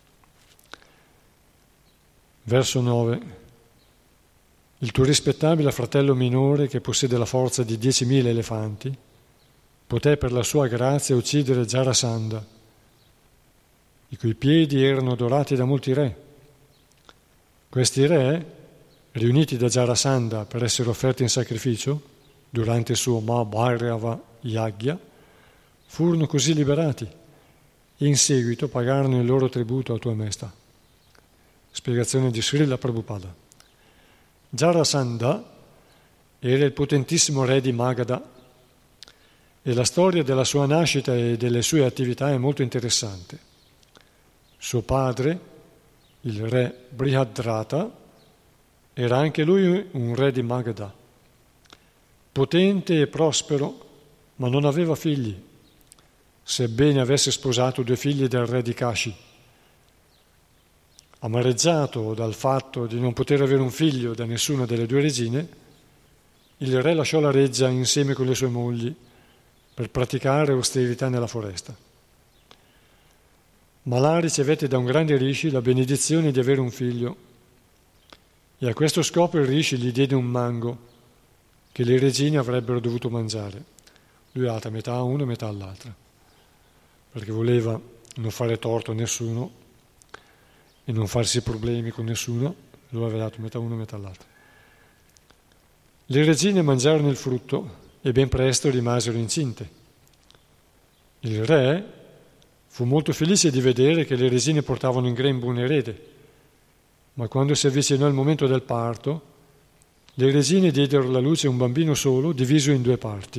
Verso nove. Il tuo rispettabile fratello minore, che possiede la forza di diecimila elefanti, poté per la sua grazia uccidere Jarasandha, i cui piedi erano dorati da molti re. Questi re, riuniti da Jarasandha per essere offerti in sacrificio durante il suo Mahabhairava Yagya, furono così liberati e in seguito pagarono il loro tributo a tua maestà. Spiegazione di Srila Prabhupada. Jarasandha era il potentissimo re di Magadha e la storia della sua nascita e delle sue attività è molto interessante. Suo padre, il re Brihadrata, era anche lui un re di Magadha, potente e prospero, ma non aveva figli, sebbene avesse sposato due figli del re di Kashi. Amareggiato dal fatto di non poter avere un figlio da nessuna delle due regine, il re lasciò la reggia insieme con le sue mogli per praticare austerità nella foresta. Mala ricevette da un grande rishi la benedizione di avere un figlio e a questo scopo il rishi gli diede un mango che le regine avrebbero dovuto mangiare. Lui ha dato metà a uno e metà all'altra, perché voleva non fare torto a nessuno e non farsi problemi con nessuno, lui aveva dato metà a uno e metà all'altra. Le regine mangiarono il frutto e ben presto rimasero incinte. Il re fu molto felice di vedere che le regine portavano in grembo un erede, ma quando si avvicinò il momento del parto, le regine diedero alla luce un bambino solo, diviso in due parti.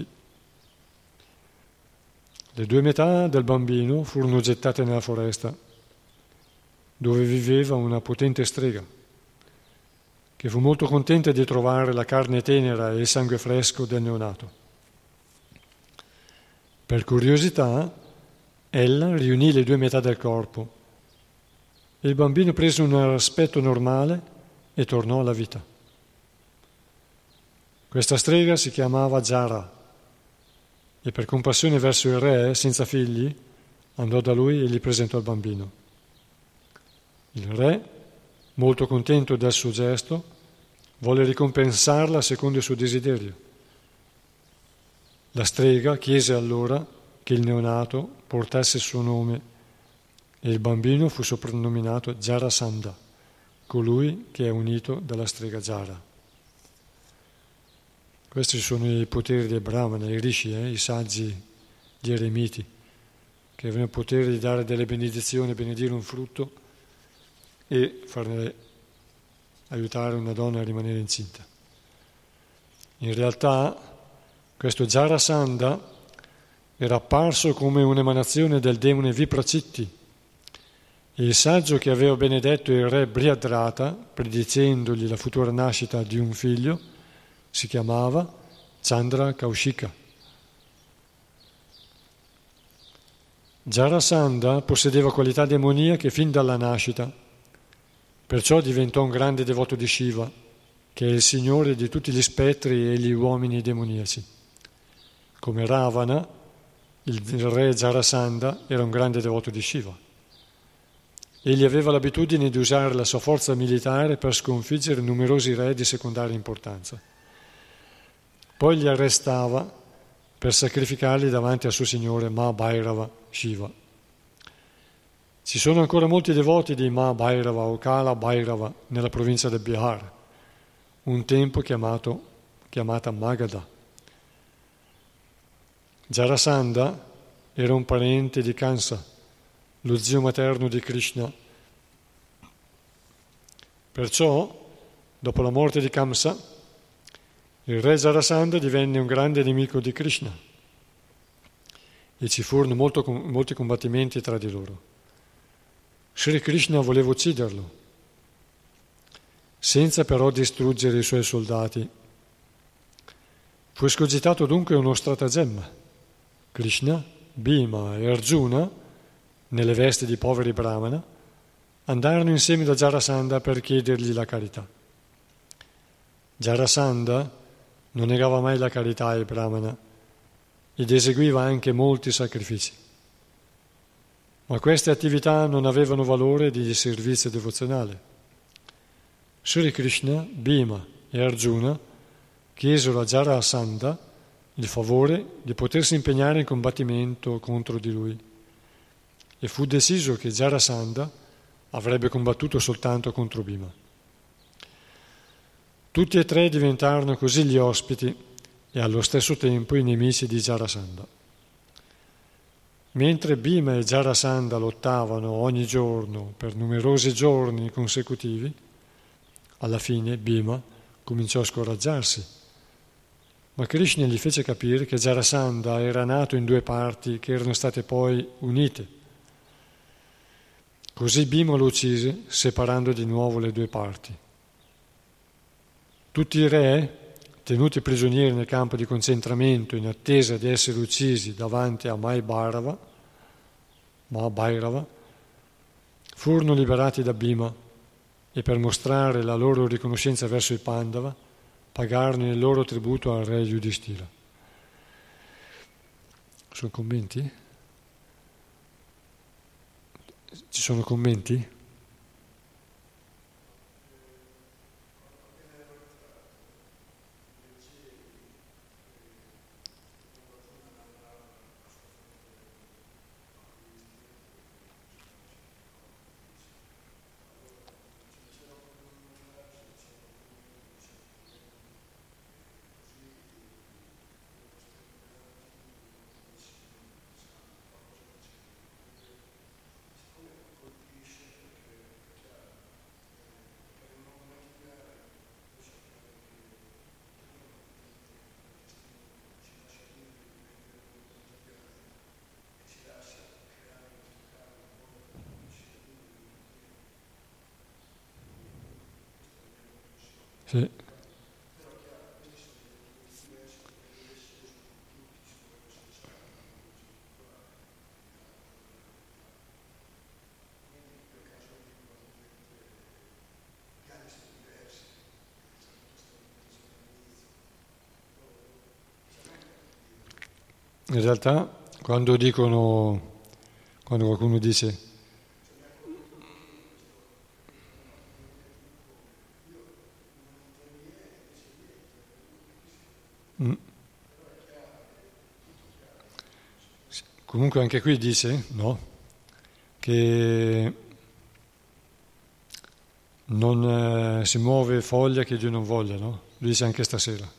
Le due metà del bambino furono gettate nella foresta, dove viveva una potente strega, che fu molto contenta di trovare la carne tenera e il sangue fresco del neonato. Per curiosità, ella riunì le due metà del corpo e il bambino prese un aspetto normale e tornò alla vita. Questa strega si chiamava Jara e per compassione verso il re, senza figli, andò da lui e gli presentò il bambino. Il re, molto contento del suo gesto, volle ricompensarla secondo il suo desiderio. La strega chiese allora che il neonato portasse il suo nome e il bambino fu soprannominato Jarasandha, colui che è unito dalla strega Jara. Questi sono i poteri dei Brahmana, i rishi, eh, i saggi, gli eremiti, che avevano il potere di dare delle benedizioni, benedire un frutto e farne aiutare una donna a rimanere incinta. In realtà questo Jarasandha era apparso come un'emanazione del demone Viprachitti e il saggio che aveva benedetto il re Brihadrata, predicendogli la futura nascita di un figlio, si chiamava Chandra Kaushika. Jarasandha possedeva qualità demoniache fin dalla nascita, perciò diventò un grande devoto di Shiva, che è il signore di tutti gli spettri e gli uomini demoniaci. Come Ravana, il re Jarasandha era un grande devoto di Shiva. Egli aveva l'abitudine di usare la sua forza militare per sconfiggere numerosi re di secondaria importanza. Poi li arrestava per sacrificarli davanti al suo signore Mahabhairava Shiva. Ci sono ancora molti devoti di Mahabhairava o Kala Bhairava nella provincia del Bihar, un tempo chiamato, chiamata Magadha. Jarasandha era un parente di Kansa, lo zio materno di Krishna. Perciò, dopo la morte di Kamsa, il re Jarasandha divenne un grande nemico di Krishna e ci furono molto, molti combattimenti tra di loro. Sri Krishna voleva ucciderlo, senza però distruggere i suoi soldati. Fu escogitato dunque uno stratagemma. Krishna, Bhima e Arjuna, nelle vesti di poveri brahmana, andarono insieme da Jarasandha per chiedergli la carità. Jarasandha non negava mai la carità ai brahmana ed eseguiva anche molti sacrifici. Ma queste attività non avevano valore di servizio devozionale. Sri Krishna, Bhima e Arjuna chiesero a Jarasandha il favore di potersi impegnare in combattimento contro di lui e fu deciso che Jarasandha avrebbe combattuto soltanto contro Bhima. Tutti e tre diventarono così gli ospiti e allo stesso tempo i nemici di Jarasandha. Mentre Bhima e Jarasandha lottavano ogni giorno per numerosi giorni consecutivi, alla fine Bhima cominciò a scoraggiarsi. Ma Krishna gli fece capire che Jarasandha era nato in due parti che erano state poi unite. Così Bhima lo uccise, separando di nuovo le due parti. Tutti i re, tenuti prigionieri nel campo di concentramento in attesa di essere uccisi davanti a Mahabhairava, Mahabhairava, furono liberati da Bhima e per mostrare la loro riconoscenza verso i Pandava pagarono il loro tributo al re Yudhishthira. Sono commenti? Ci sono commenti? Sì. in realtà quando dicono, quando qualcuno dice mm, comunque anche qui dice, no, che non eh, si muove foglia che Dio non voglia, no? Lo dice anche stasera.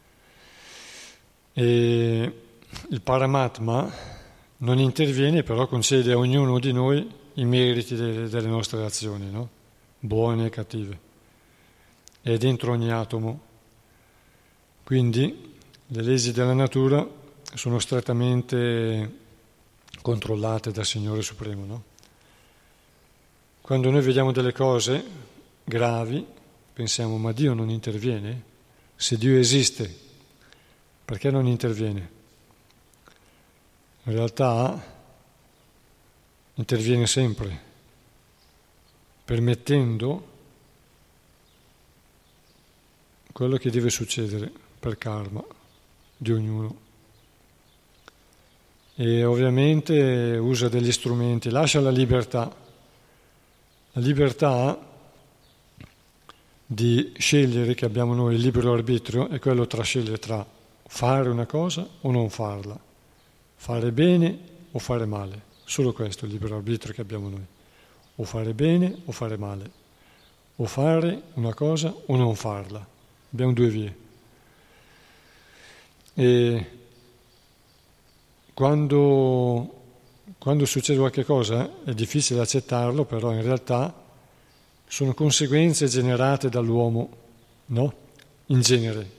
E il Paramatma non interviene, però concede a ognuno di noi i meriti delle, delle nostre azioni, no? Buone e cattive. È dentro ogni atomo. Quindi le leggi della natura sono strettamente controllate dal Signore Supremo, no? Quando noi vediamo delle cose gravi, pensiamo, ma Dio non interviene? Se Dio esiste, perché non interviene? In realtà interviene sempre, permettendo quello che deve succedere per karma di ognuno. E ovviamente usa degli strumenti, lascia la libertà, la libertà di scegliere che abbiamo noi, il libero arbitrio, è quello tra scegliere tra fare una cosa o non farla, fare bene o fare male, solo questo è il libero arbitrio che abbiamo noi, o fare bene o fare male, o fare una cosa o non farla, abbiamo due vie. E quando, quando succede qualche cosa è difficile accettarlo, però in realtà sono conseguenze generate dall'uomo, no? In genere.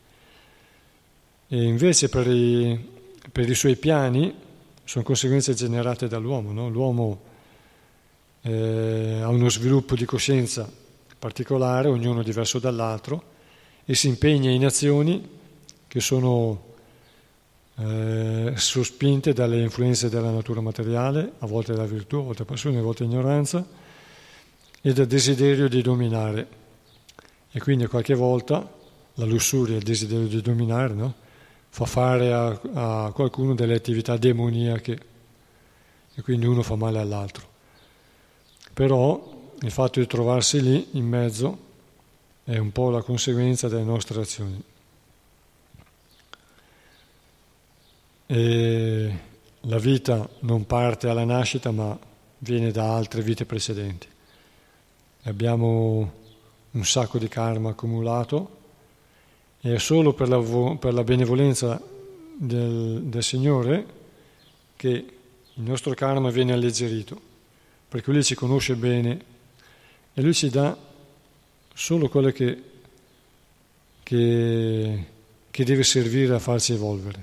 E invece per i, per i suoi piani sono conseguenze generate dall'uomo, no? L'uomo eh, ha uno sviluppo di coscienza particolare, ognuno diverso dall'altro, e si impegna in azioni che sono eh, sospinte dalle influenze della natura materiale, a volte dalla virtù, a volte passione, a volte ignoranza, e dal desiderio di dominare. E quindi qualche volta la lussuria, il desiderio di dominare, no? Fa fare a, a qualcuno delle attività demoniache e quindi uno fa male all'altro. Però il fatto di trovarsi lì in mezzo è un po' la conseguenza delle nostre azioni. E la vita non parte alla nascita ma viene da altre vite precedenti. Abbiamo un sacco di karma accumulato e è solo per la, per la benevolenza del, del Signore che il nostro karma viene alleggerito, perché Lui ci conosce bene e Lui ci dà solo quello che, che, che deve servire a farci evolvere.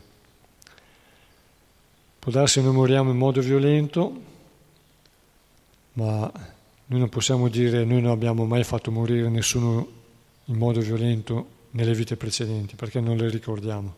Può darsi che noi moriamo in modo violento, ma noi non possiamo dire noi non abbiamo mai fatto morire nessuno in modo violento nelle vite precedenti, perché non le ricordiamo.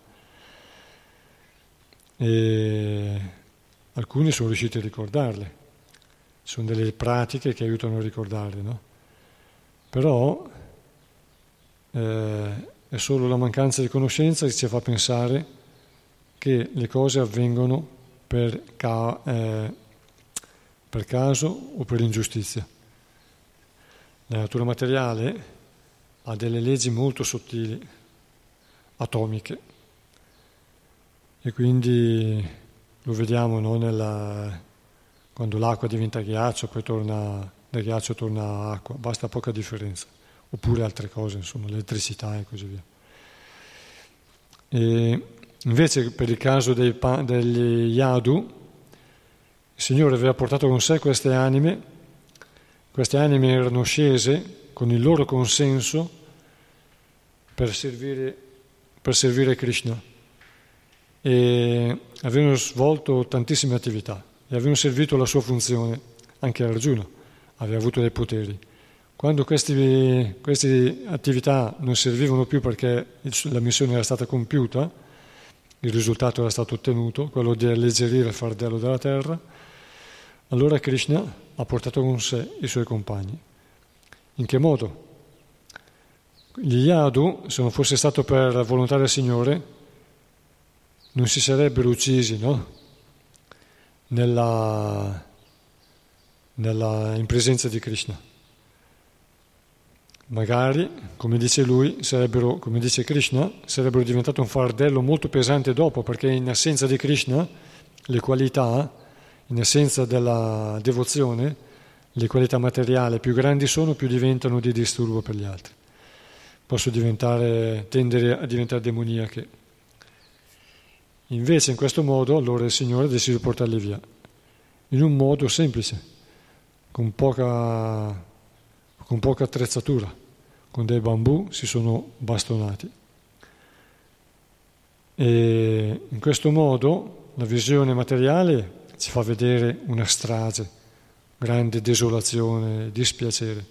E alcuni sono riusciti a ricordarle, ci sono delle pratiche che aiutano a ricordarle, no? Però eh, è solo la mancanza di conoscenza che ci fa pensare che le cose avvengono per, ca- eh, per caso o per ingiustizia. La natura materiale ha delle leggi molto sottili, atomiche, e quindi lo vediamo, no, nella, quando l'acqua diventa ghiaccio, poi torna, dal ghiaccio torna acqua, basta poca differenza, oppure altre cose, insomma, l'elettricità e così via. E invece per il caso dei, degli Yadu, il Signore aveva portato con sé queste anime. Queste anime erano scese con il loro consenso per servire, per servire Krishna e avevano svolto tantissime attività e avevano servito la sua funzione, anche Arjuna aveva avuto dei poteri. Quando questi, queste attività non servivano più perché la missione era stata compiuta, il risultato era stato ottenuto, quello di alleggerire il fardello della terra, allora Krishna ha portato con sé i suoi compagni. In che modo? Gli Yadu, se non fosse stato per la volontà del Signore, non si sarebbero uccisi, no? Nella, nella, in presenza di Krishna. Magari, come dice lui, sarebbero, come dice Krishna, sarebbero diventati un fardello molto pesante dopo, perché in assenza di Krishna le qualità, in assenza della devozione, le qualità materiali più grandi sono, più diventano di disturbo per gli altri. Possono diventare, tendere a diventare demoniache. Invece in questo modo allora il Signore decide di portarli via, in un modo semplice, con poca, con poca attrezzatura, con dei bambù si sono bastonati. E in questo modo la visione materiale ci fa vedere una strage, grande desolazione, dispiacere.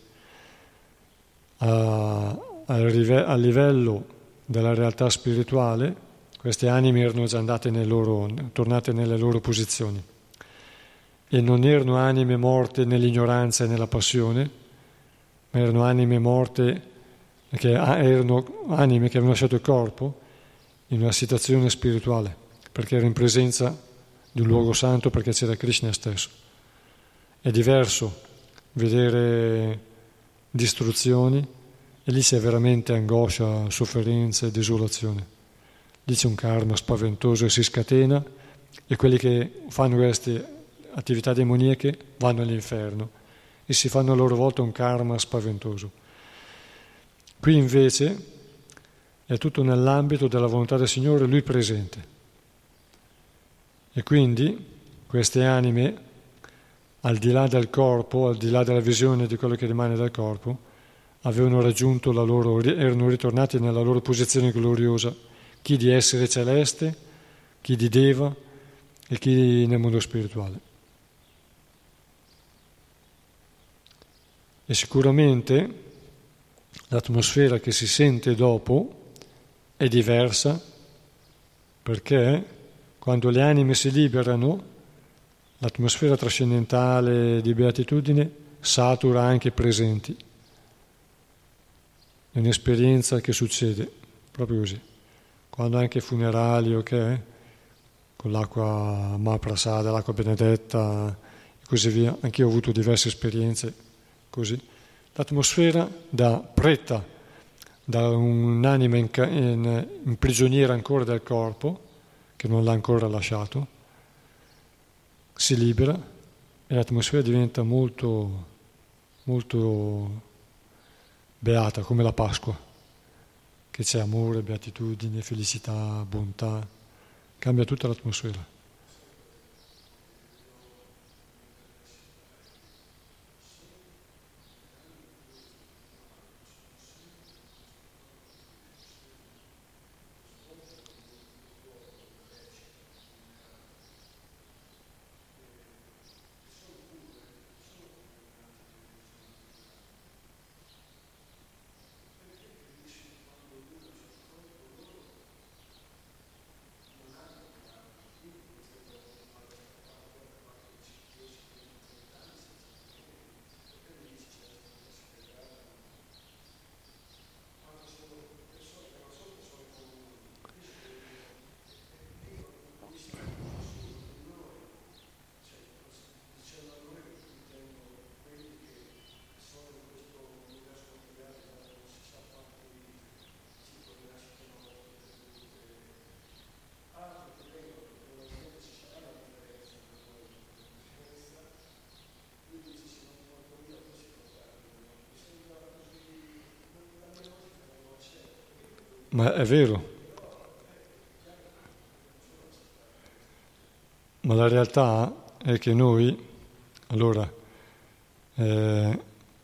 A, a, a livello della realtà spirituale, queste anime erano già andate nel loro, tornate nelle loro posizioni e non erano anime morte nell'ignoranza e nella passione, ma erano anime morte, che erano anime che avevano lasciato il corpo in una situazione spirituale, perché era in presenza di un luogo santo, perché c'era Krishna stesso. È diverso vedere distruzioni e lì c'è veramente angoscia, sofferenza e desolazione. Lì c'è un karma spaventoso e si scatena e quelli che fanno queste attività demoniache vanno all'inferno e si fanno a loro volta un karma spaventoso. Qui invece è tutto nell'ambito della volontà del Signore, Lui presente. E quindi queste anime, al di là del corpo, al di là della visione di quello che rimane dal corpo, avevano raggiunto la loro, erano ritornati nella loro posizione gloriosa, chi di essere celeste, chi di Deva e chi nel mondo spirituale. E sicuramente l'atmosfera che si sente dopo è diversa, perché quando le anime si liberano, l'atmosfera trascendentale di beatitudine satura anche i presenti. È un'esperienza che succede proprio così. Quando anche funerali, ok, con l'acqua Mahaprasada, l'acqua benedetta e così via, anch'io ho avuto diverse esperienze così. L'atmosfera da preta, da un'anima in, in, in prigioniera ancora del corpo, che non l'ha ancora lasciato, si libera e l'atmosfera diventa molto, molto beata, come la Pasqua, che c'è amore, beatitudine, felicità, bontà, cambia tutta l'atmosfera. Ma è vero. Ma la realtà è che noi, allora, eh,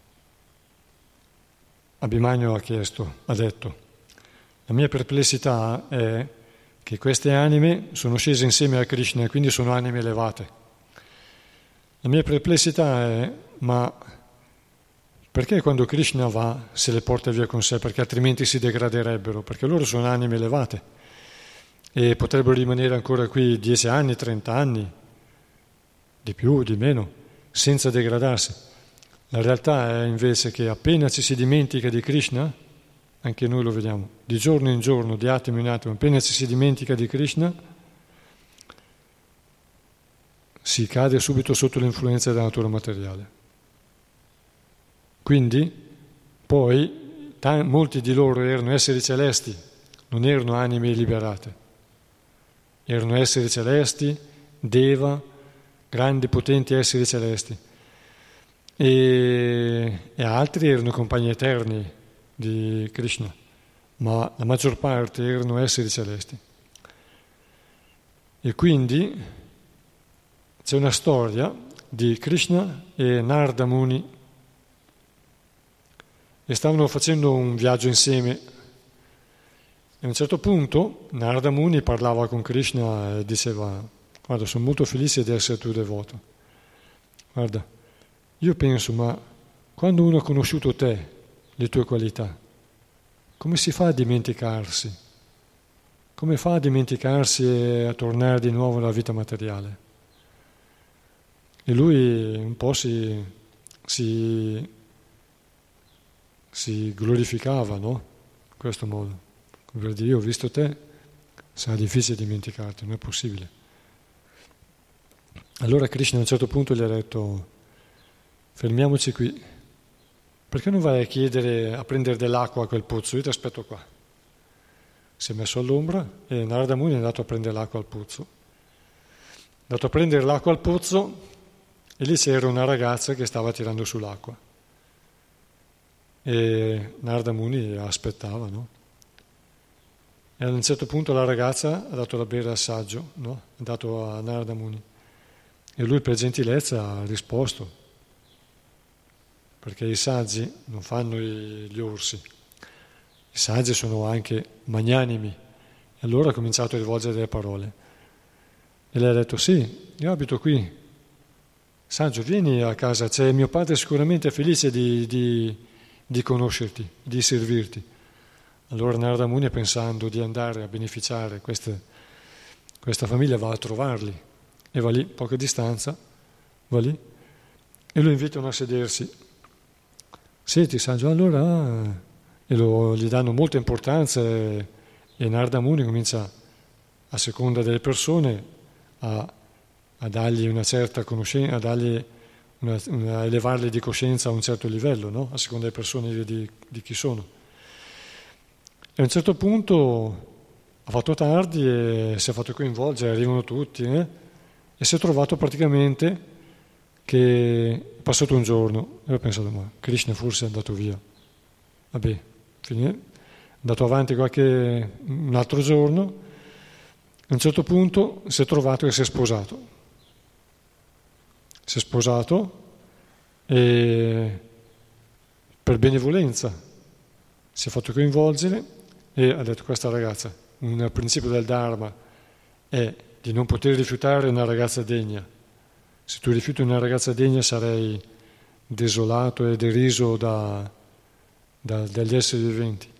Abhimanyu ha chiesto, ha detto, la mia perplessità è che queste anime sono scese insieme a Krishna e quindi sono anime elevate. La mia perplessità è, ma perché quando Krishna va se le porta via con sé? Perché altrimenti si degraderebbero, perché loro sono anime elevate e potrebbero rimanere ancora qui dieci anni, trenta anni, di più, di meno, senza degradarsi. La realtà è invece che appena ci si dimentica di Krishna, anche noi lo vediamo, di giorno in giorno, di attimo in attimo, appena ci si dimentica di Krishna, si cade subito sotto l'influenza della natura materiale. Quindi, poi, t- molti di loro erano esseri celesti, non erano anime liberate. Erano esseri celesti, Deva, grandi, potenti esseri celesti. E, e altri erano compagni eterni di Krishna, ma la maggior parte erano esseri celesti. E quindi c'è una storia di Krishna e Narada Muni, e stavano facendo un viaggio insieme. E a un certo punto Narada Muni parlava con Krishna e diceva: guarda, sono molto felice di essere tuo devoto. Guarda, io penso, ma quando uno ha conosciuto te, le tue qualità, come si fa a dimenticarsi? Come fa a dimenticarsi e a tornare di nuovo alla vita materiale? E lui un po' si, si, si glorificava, no? In questo modo. Per dire, io ho visto te, sarà difficile dimenticarti, non è possibile. Allora Krishna a un certo punto gli ha detto: fermiamoci qui, perché non vai a chiedere, a prendere dell'acqua a quel pozzo? Io ti aspetto qua. Si è messo all'ombra e Narada Muni è andato a prendere l'acqua al pozzo. È andato a prendere l'acqua al pozzo e lì c'era una ragazza che stava tirando sull'acqua. E Narada Muni aspettava, no? E a un certo punto la ragazza ha dato da bere al saggio, no? Ha dato a Narada Muni. E lui per gentilezza ha risposto, perché i saggi non fanno gli orsi, i saggi sono anche magnanimi. E allora ha cominciato a rivolgere delle parole. E lei ha detto: sì, io abito qui. Saggio, vieni a casa, c'è mio padre sicuramente felice di, di, di conoscerti, di servirti. Allora Narada Muni, pensando di andare a beneficiare queste, questa famiglia, va a trovarli. E va lì, poca distanza, va lì, e lo invitano a sedersi. Senti, Saggio, allora, ah, e lo, gli danno molta importanza, e, e Narada Muni comincia, a seconda delle persone, a, a dargli una certa conoscenza, a, dargli una, una, a elevarli di coscienza a un certo livello, no? A seconda delle persone di, di chi sono. E a un certo punto ha fatto tardi e si è fatto coinvolgere, arrivano tutti, eh? E si è trovato praticamente che è passato un giorno e ho pensato: ma Krishna forse è andato via. Vabbè, finì, è andato avanti qualche un altro giorno, a un certo punto si è trovato che si è sposato. Si è sposato e per benevolenza si è fatto coinvolgere e ha detto: questa ragazza, un principio del Dharma è di non poter rifiutare una ragazza degna. Se tu rifiuti una ragazza degna sarei desolato e deriso da, da, dagli esseri viventi.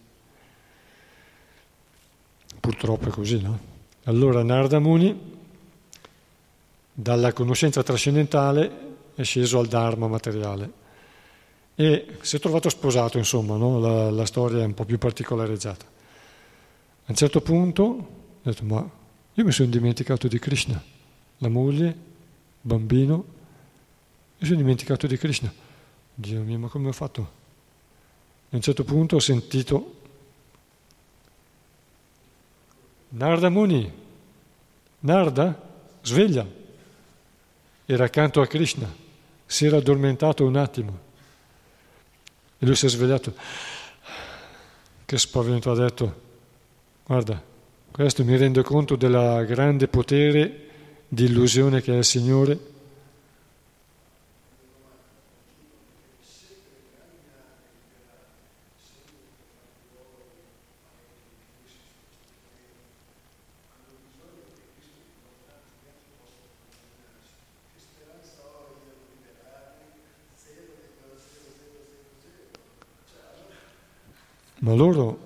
Purtroppo è così, no? Allora Narada Muni, dalla conoscenza trascendentale, è sceso al Dharma materiale e si è trovato sposato, insomma, no? la, la storia è un po' più particolareggiata. A un certo punto ha detto: ma io mi sono dimenticato di Krishna, la moglie, il bambino, mi sono dimenticato di Krishna. Dio mio, ma come ho fatto? A un certo punto ho sentito: Narada Muni, Narada, sveglia. Era accanto a Krishna, si era addormentato un attimo. E lui si è svegliato. Che spavento, ha detto: guarda, questo mi rende conto del grande potere di illusione che è il Signore. Ma loro,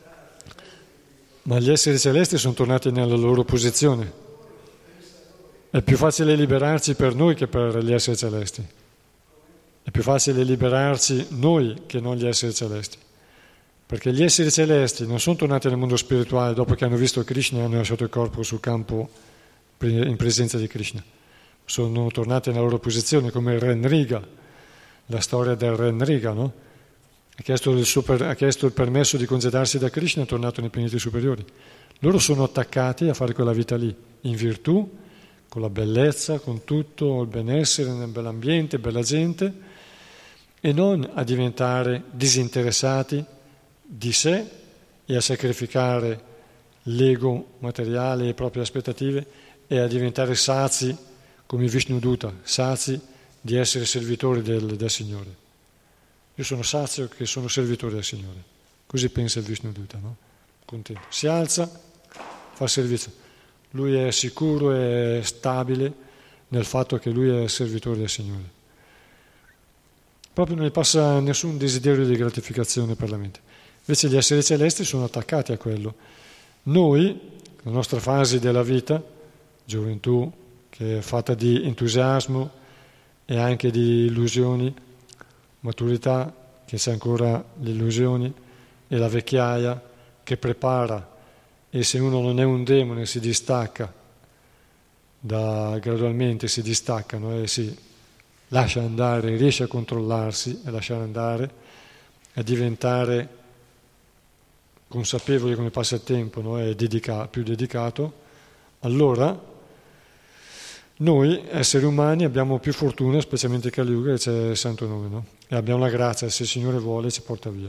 ma gli esseri celesti sono tornati nella loro posizione. È più facile liberarci per noi che per gli esseri celesti. È più facile liberarci noi che non gli esseri celesti. Perché gli esseri celesti non sono tornati nel mondo spirituale dopo che hanno visto Krishna e hanno lasciato il corpo sul campo in presenza di Krishna. sono tornati nella loro posizione, come il re Nriga, la storia del re Nriga, no? Ha chiesto, il suo per, ha chiesto il permesso di congedarsi da Krishna e è tornato nei pianeti superiori. Loro sono attaccati a fare quella vita lì, in virtù, con la bellezza, con tutto il benessere, nel bell'ambiente, bella gente, e non a diventare disinteressati di sé e a sacrificare l'ego materiale e le proprie aspettative e a diventare sazi come Vishnu Duta, sazi di essere servitori del, del Signore. Io sono sazio che sono servitore del Signore. Così pensa il Vishnu Duta, no? Contento. Si alza, fa servizio. Lui è sicuro e stabile nel fatto che lui è servitore del Signore. Proprio non gli passa nessun desiderio di gratificazione per la mente. Invece gli esseri celesti sono attaccati a quello. Noi, la nostra fase della vita, gioventù, che è fatta di entusiasmo e anche di illusioni, maturità, che c'è ancora le illusioni, e la vecchiaia che prepara, e se uno non è un demone si distacca, da, gradualmente si distaccano e si lascia andare, riesce a controllarsi e lasciare andare, a diventare consapevole come passa il tempo, no? E dedica, più dedicato, allora noi, esseri umani, abbiamo più fortuna, specialmente Kali Yuga, che c'è il santo nome, no? E abbiamo la grazia, se il Signore vuole ci porta via.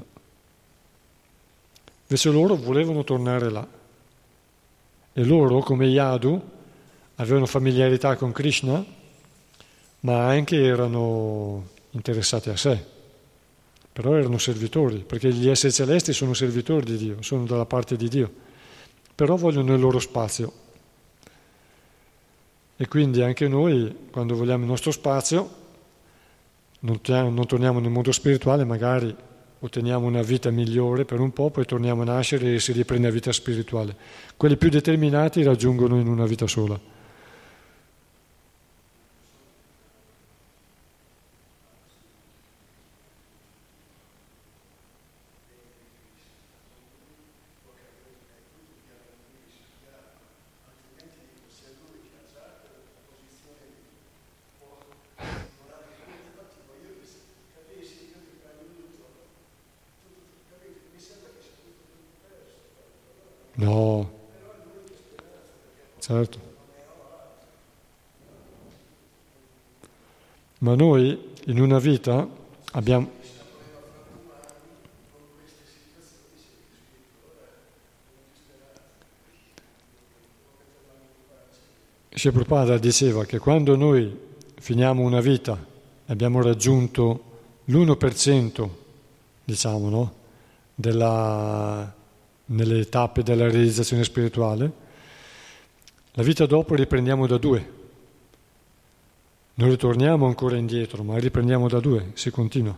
Invece loro volevano tornare là. E loro, come Yadu, avevano familiarità con Krishna, ma anche erano interessati a sé. Però erano servitori, perché gli esseri celesti sono servitori di Dio, sono dalla parte di Dio. Però vogliono il loro spazio. E quindi anche noi, quando vogliamo il nostro spazio, non, non torniamo nel mondo spirituale, magari otteniamo una vita migliore per un po', poi torniamo a nascere e si riprende la vita spirituale. Quelli più determinati raggiungono in una vita sola. No, certo. Ma noi in una vita abbiamo... Shri Prabhupada diceva che quando noi finiamo una vita e abbiamo raggiunto l'uno per cento, diciamo, no, della... nelle tappe della realizzazione spirituale, la vita dopo riprendiamo da due. Non ritorniamo ancora indietro, ma riprendiamo da due, si continua.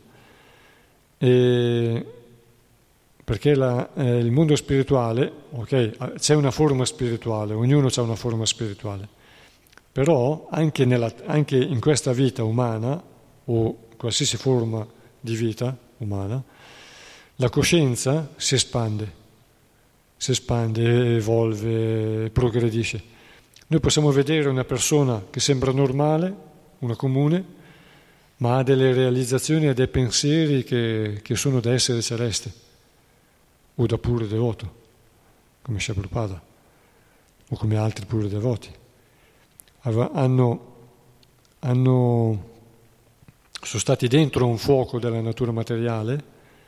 E perché la, eh, il mondo spirituale, ok, c'è una forma spirituale, ognuno ha una forma spirituale, però anche, nella, anche in questa vita umana, o qualsiasi forma di vita umana, la coscienza si espande. si espande, evolve, progredisce. Noi possiamo vedere una persona che sembra normale, una comune, ma ha delle realizzazioni e dei pensieri che, che sono da essere celeste o da puro devoto, come Shri Prabhupada o come altri puri devoti. Hanno, hanno, sono stati dentro un fuoco della natura materiale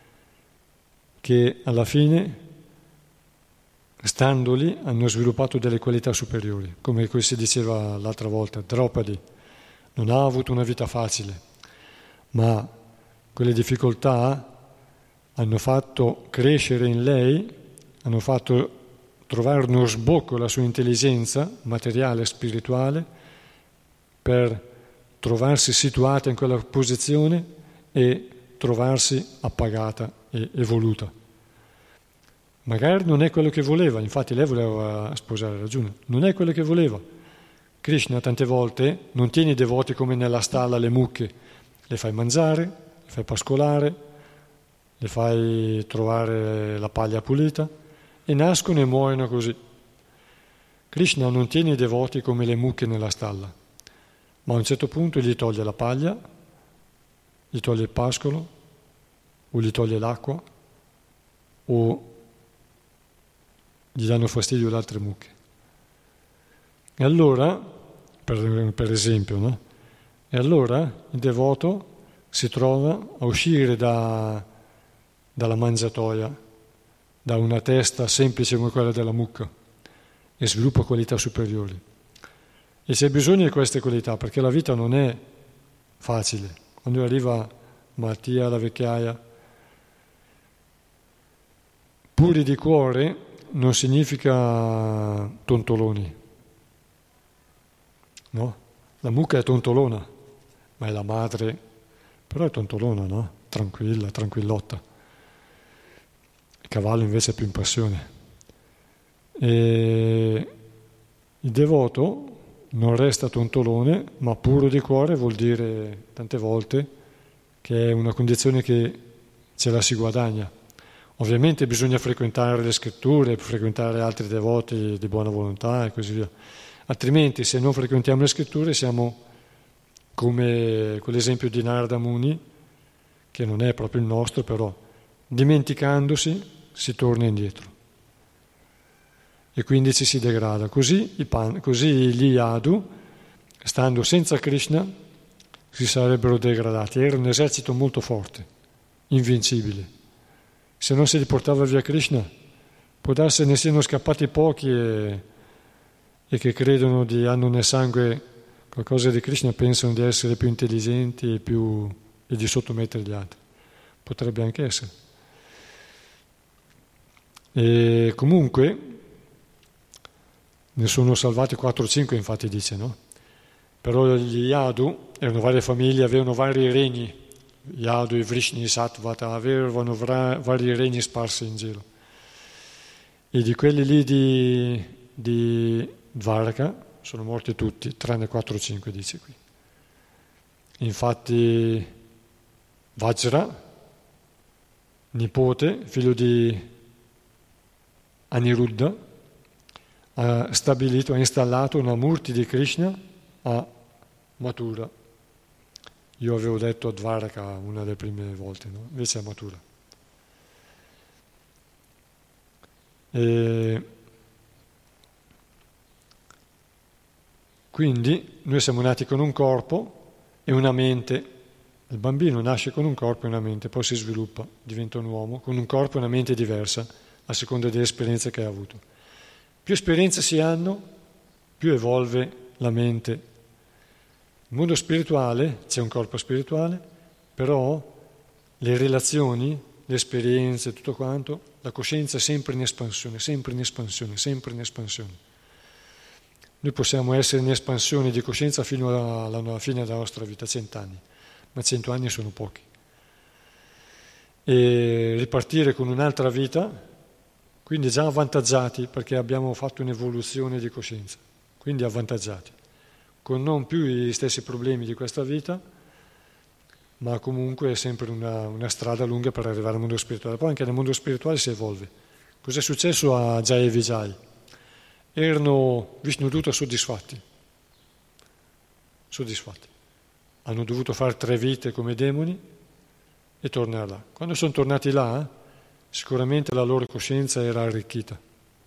che alla fine, stando lì, hanno sviluppato delle qualità superiori, come si diceva l'altra volta. Draupadi non ha avuto una vita facile, ma quelle difficoltà hanno fatto crescere in lei, hanno fatto trovare uno sbocco alla sua intelligenza materiale e spirituale per trovarsi situata in quella posizione e trovarsi appagata e evoluta. Magari non è quello che voleva, infatti lei voleva sposare Arjuna, non è quello che voleva. Krishna tante volte non tiene i devoti come nella stalla le mucche, le fai mangiare, le fai pascolare, le fai trovare la paglia pulita e nascono e muoiono così. Krishna non tiene i devoti come le mucche nella stalla, ma a un certo punto gli toglie la paglia, gli toglie il pascolo, o gli toglie l'acqua, o gli danno fastidio le altre mucche. E allora, per, per esempio, no? E allora il devoto si trova a uscire da, dalla mangiatoia, da una testa semplice come quella della mucca, e sviluppa qualità superiori. E c'è bisogno di queste qualità, perché la vita non è facile. Quando arriva malattia, la vecchiaia, puri di cuore non significa tontoloni, no? La mucca è tontolona, ma è la madre, però è tontolona, no? Tranquilla, tranquillotta. Il cavallo invece è più in passione. E il devoto non resta tontolone, ma puro di cuore vuol dire tante volte che è una condizione che ce la si guadagna. Ovviamente bisogna frequentare le scritture, frequentare altri devoti di buona volontà e così via. Altrimenti, se non frequentiamo le scritture, siamo come quell'esempio di Narada Muni, che non è proprio il nostro, però dimenticandosi si torna indietro. E quindi ci si degrada. Così, i pan, così gli Yadu, stando senza Krishna, si sarebbero degradati. Era un esercito molto forte, invincibile. Se non si riportava via Krishna, può darsi ne siano scappati pochi e, e che credono di hanno nel sangue qualcosa di Krishna, pensano di essere più intelligenti e, più, e di sottomettere gli altri. Potrebbe anche essere. E comunque ne sono salvati quattro o cinque, infatti dice, no? Però gli Yadu erano varie famiglie, avevano vari regni. Yadu e Vrishni, Satvata, avevano vra- vari regni sparsi in giro. E di quelli lì di, di Dvaraka sono morti tutti, tranne quattro o cinque, dice qui. Infatti Vajra, nipote, figlio di Aniruddha, ha stabilito, ha installato una murti di Krishna a Mathura. Io avevo detto a Dvaraka una delle prime volte, no? Invece a Mathura. E quindi noi siamo nati con un corpo e una mente. Il bambino nasce con un corpo e una mente, poi si sviluppa, diventa un uomo con un corpo e una mente diversa a seconda delle esperienze che ha avuto. Più esperienze si hanno, più evolve la mente. Nel mondo spirituale c'è un corpo spirituale, però le relazioni, le esperienze, tutto quanto, la coscienza è sempre in espansione, sempre in espansione, sempre in espansione. Noi possiamo essere in espansione di coscienza fino alla, alla fine della nostra vita, cent'anni, ma cento anni sono pochi. E ripartire con un'altra vita, quindi già avvantaggiati perché abbiamo fatto un'evoluzione di coscienza, quindi avvantaggiati, con non più gli stessi problemi di questa vita, ma comunque è sempre una, una strada lunga per arrivare al mondo spirituale. Poi anche nel mondo spirituale si evolve. Cos'è successo a Jai e Vijay? Erano Vishnuduta soddisfatti, soddisfatti. Hanno dovuto fare tre vite come demoni e tornare là. Quando sono tornati là, sicuramente la loro coscienza era arricchita.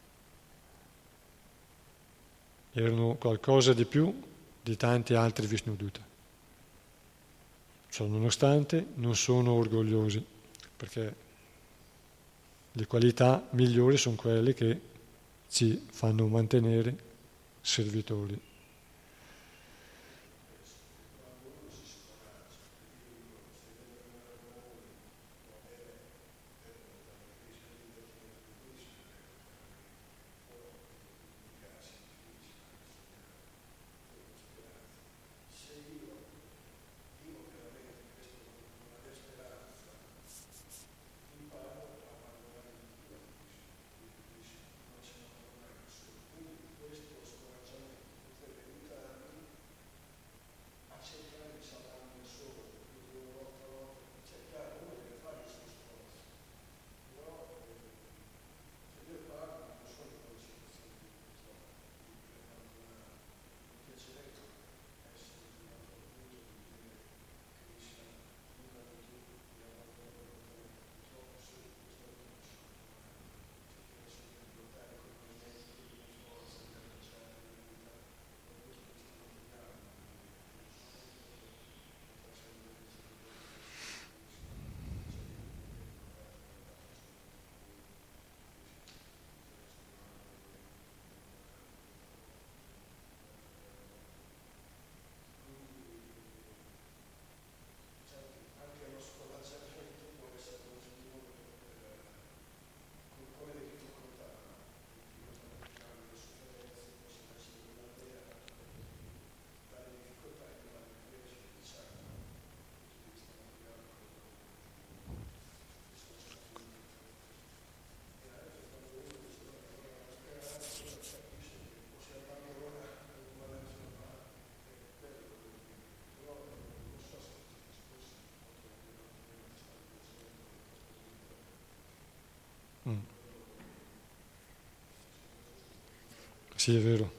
Erano qualcosa di più di tanti altri Vishnuduta. Cioè, nonostante non sono orgogliosi, perché le qualità migliori sono quelle che ci fanno mantenere servitori. Sì, è vero.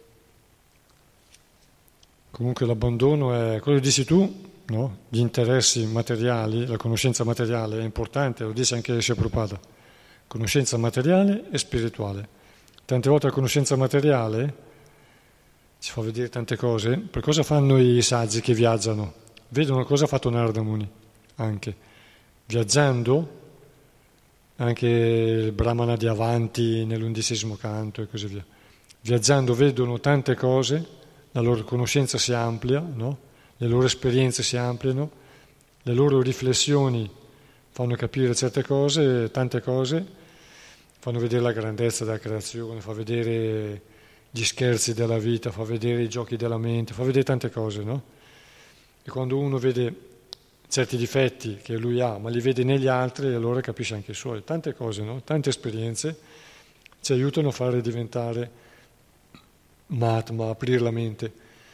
Comunque l'abbandono è, quello che dici tu, no? Gli interessi materiali, la conoscenza materiale è importante, lo dice anche Sri Prabhupada, conoscenza materiale e spirituale. Tante volte la conoscenza materiale ci fa vedere tante cose. Per cosa fanno i saggi che viaggiano? Vedono cosa ha fatto Narada Muni, anche viaggiando, anche il Brahmana di Avanti nell'undicesimo canto e così via. Viaggiando vedono tante cose, la loro conoscenza si amplia, no? Le loro esperienze si ampliano, le loro riflessioni fanno capire certe cose, tante cose, fanno vedere la grandezza della creazione, fa vedere gli scherzi della vita, fa vedere i giochi della mente, fa vedere tante cose, no? E quando uno vede certi difetti che lui ha, ma li vede negli altri, allora capisce anche i suoi. Tante cose, no? Tante esperienze ci aiutano a fare diventare Mahatma, aprire la mente.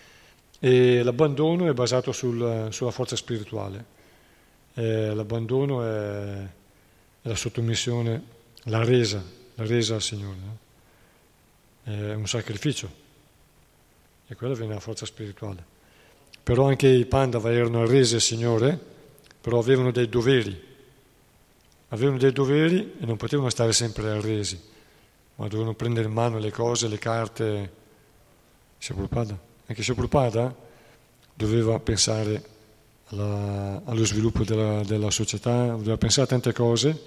E l'abbandono è basato sul, sulla forza spirituale. E l'abbandono è, è la sottomissione, la resa, la resa al Signore, no? È un sacrificio. E quella viene la forza spirituale. Però anche i Pandava erano arresi al Signore, però avevano dei doveri. Avevano dei doveri e non potevano stare sempre arresi, ma dovevano prendere in mano le cose, le carte. Sri Prabhupada. Anche Sri Prabhupada doveva pensare alla, allo sviluppo della, della società, doveva pensare a tante cose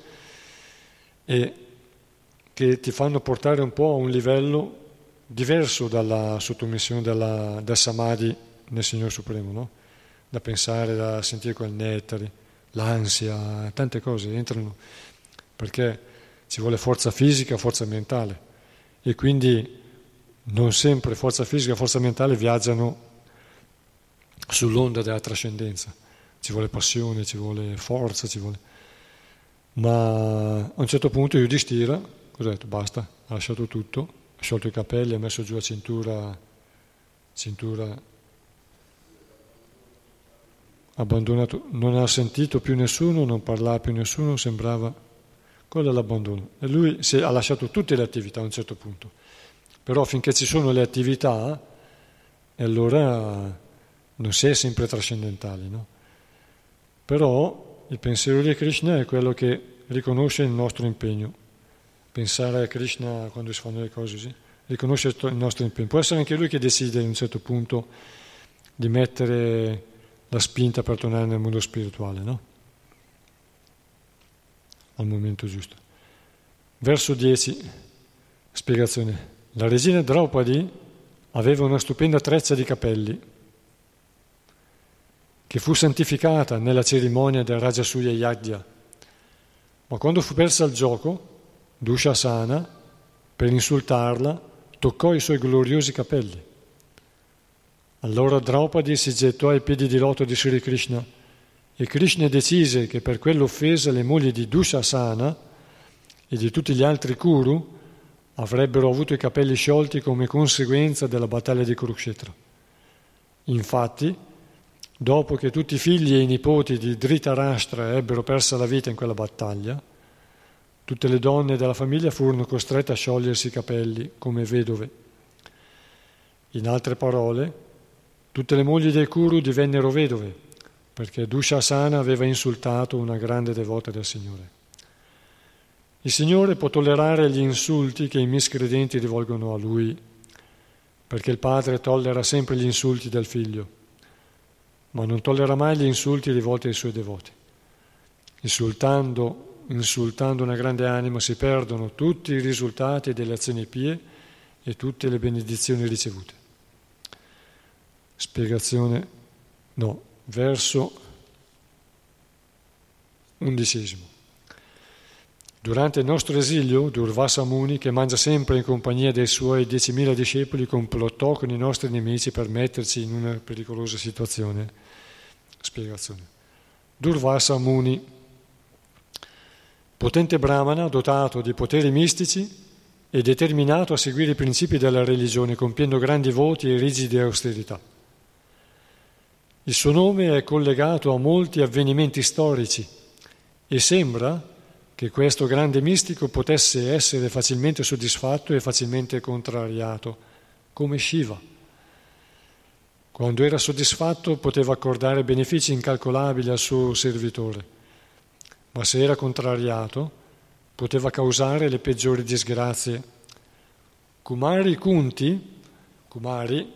e che ti fanno portare un po' a un livello diverso dalla sottomissione della, del samadhi nel Signore Supremo, no? Da pensare, da sentire quel nettare, l'ansia, tante cose entrano, perché ci vuole forza fisica, forza mentale, e quindi non sempre forza fisica e forza mentale viaggiano sull'onda della trascendenza. Ci vuole passione, ci vuole forza, ci vuole... Ma a un certo punto Yudhishthira, cosa ha detto? Basta, ha lasciato tutto, ha sciolto i capelli, ha messo giù la cintura, cintura, abbandonato, non ha sentito più nessuno, non parlava più nessuno, sembrava... Quello è l'abbandono. E lui si è, ha lasciato tutte le attività a un certo punto. Però finché ci sono le attività, e allora non si è sempre trascendentali, no? Però il pensiero di Krishna è quello che riconosce il nostro impegno. Pensare a Krishna quando si fanno le cose così, riconosce il nostro impegno. Può essere anche lui che decide a un certo punto di mettere la spinta per tornare nel mondo spirituale, no? Al momento giusto. Verso dieci, spiegazione. La regina Draupadi aveva una stupenda treccia di capelli che fu santificata nella cerimonia del Rajasuya Yajna, ma quando fu persa al gioco, Dushasana, per insultarla, toccò i suoi gloriosi capelli. Allora Draupadi si gettò ai piedi di loto di Sri Krishna e Krishna decise che per quell'offesa le mogli di Dushasana e di tutti gli altri Kuru avrebbero avuto i capelli sciolti come conseguenza della battaglia di Kurukshetra. Infatti, dopo che tutti i figli e i nipoti di Dhritarashtra ebbero persa la vita in quella battaglia, tutte le donne della famiglia furono costrette a sciogliersi i capelli come vedove. In altre parole, tutte le mogli dei Kuru divennero vedove, perché Dushasana aveva insultato una grande devota del Signore. Il Signore può tollerare gli insulti che i miscredenti rivolgono a Lui, perché il padre tollera sempre gli insulti del figlio, ma non tollera mai gli insulti rivolti ai suoi devoti. Insultando, insultando una grande anima si perdono tutti i risultati delle azioni pie e tutte le benedizioni ricevute. Spiegazione, no, verso undicesimo. Durante il nostro esilio, Durvasa Muni, che mangia sempre in compagnia dei suoi diecimila discepoli, complottò con i nostri nemici per metterci in una pericolosa situazione. Spiegazione. Durvasa Muni, potente brahmana, dotato di poteri mistici e determinato a seguire i principi della religione, compiendo grandi voti e rigide austerità. Il suo nome è collegato a molti avvenimenti storici e sembra che questo grande mistico potesse essere facilmente soddisfatto e facilmente contrariato come Shiva. Quando era soddisfatto poteva accordare benefici incalcolabili al suo servitore, ma se era contrariato poteva causare le peggiori disgrazie. Kumari Kunti, Kumari,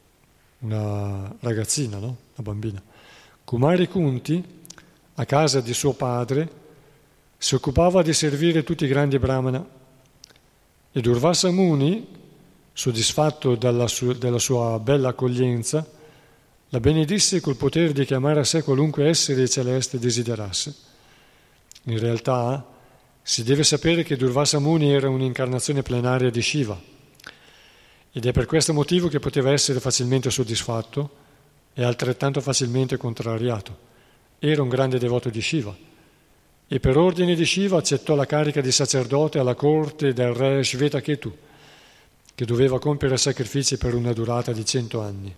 una ragazzina, no? Una bambina. Kumari Kunti, a casa di suo padre, si occupava di servire tutti i grandi brahmana e Durvasa Muni, soddisfatto dalla sua, della sua bella accoglienza, la benedisse col potere di chiamare a sé qualunque essere celeste desiderasse. In realtà si deve sapere che Durvasa Muni era un'incarnazione plenaria di Shiva ed è per questo motivo che poteva essere facilmente soddisfatto e altrettanto facilmente contrariato. Era un grande devoto di Shiva e per ordine di Shiva accettò la carica di sacerdote alla corte del re Shvetaketu, che doveva compiere sacrifici per una durata di cento anni.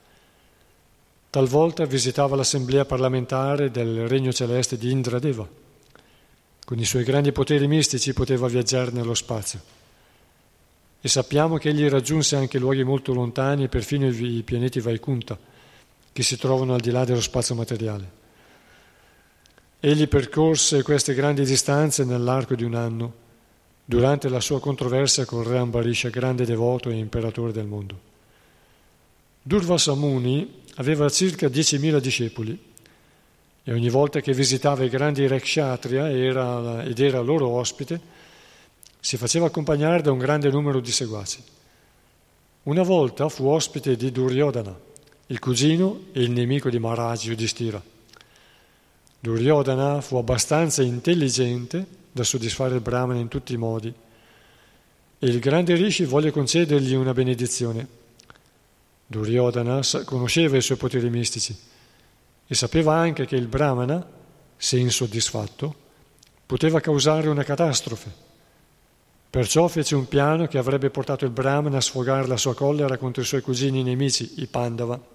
Talvolta visitava l'assemblea parlamentare del regno celeste di Indradeva. Con i suoi grandi poteri mistici poteva viaggiare nello spazio. E sappiamo che egli raggiunse anche luoghi molto lontani, perfino i pianeti Vaikunta, che si trovano al di là dello spazio materiale. Egli percorse queste grandi distanze nell'arco di un anno, durante la sua controversia con re Ambarisha, grande devoto e imperatore del mondo. Durvasa Muni aveva circa diecimila discepoli e ogni volta che visitava i grandi re kshatriya era, ed era loro ospite, si faceva accompagnare da un grande numero di seguaci. Una volta fu ospite di Duryodhana, il cugino e il nemico di Maharaj Yudhishthira. Duryodhana fu abbastanza intelligente da soddisfare il Brahmana in tutti i modi e il grande Rishi volle concedergli una benedizione. Duryodhana conosceva i suoi poteri mistici e sapeva anche che il Brahmana, se insoddisfatto, poteva causare una catastrofe. Perciò fece un piano che avrebbe portato il Brahmana a sfogare la sua collera contro i suoi cugini nemici, i Pandava.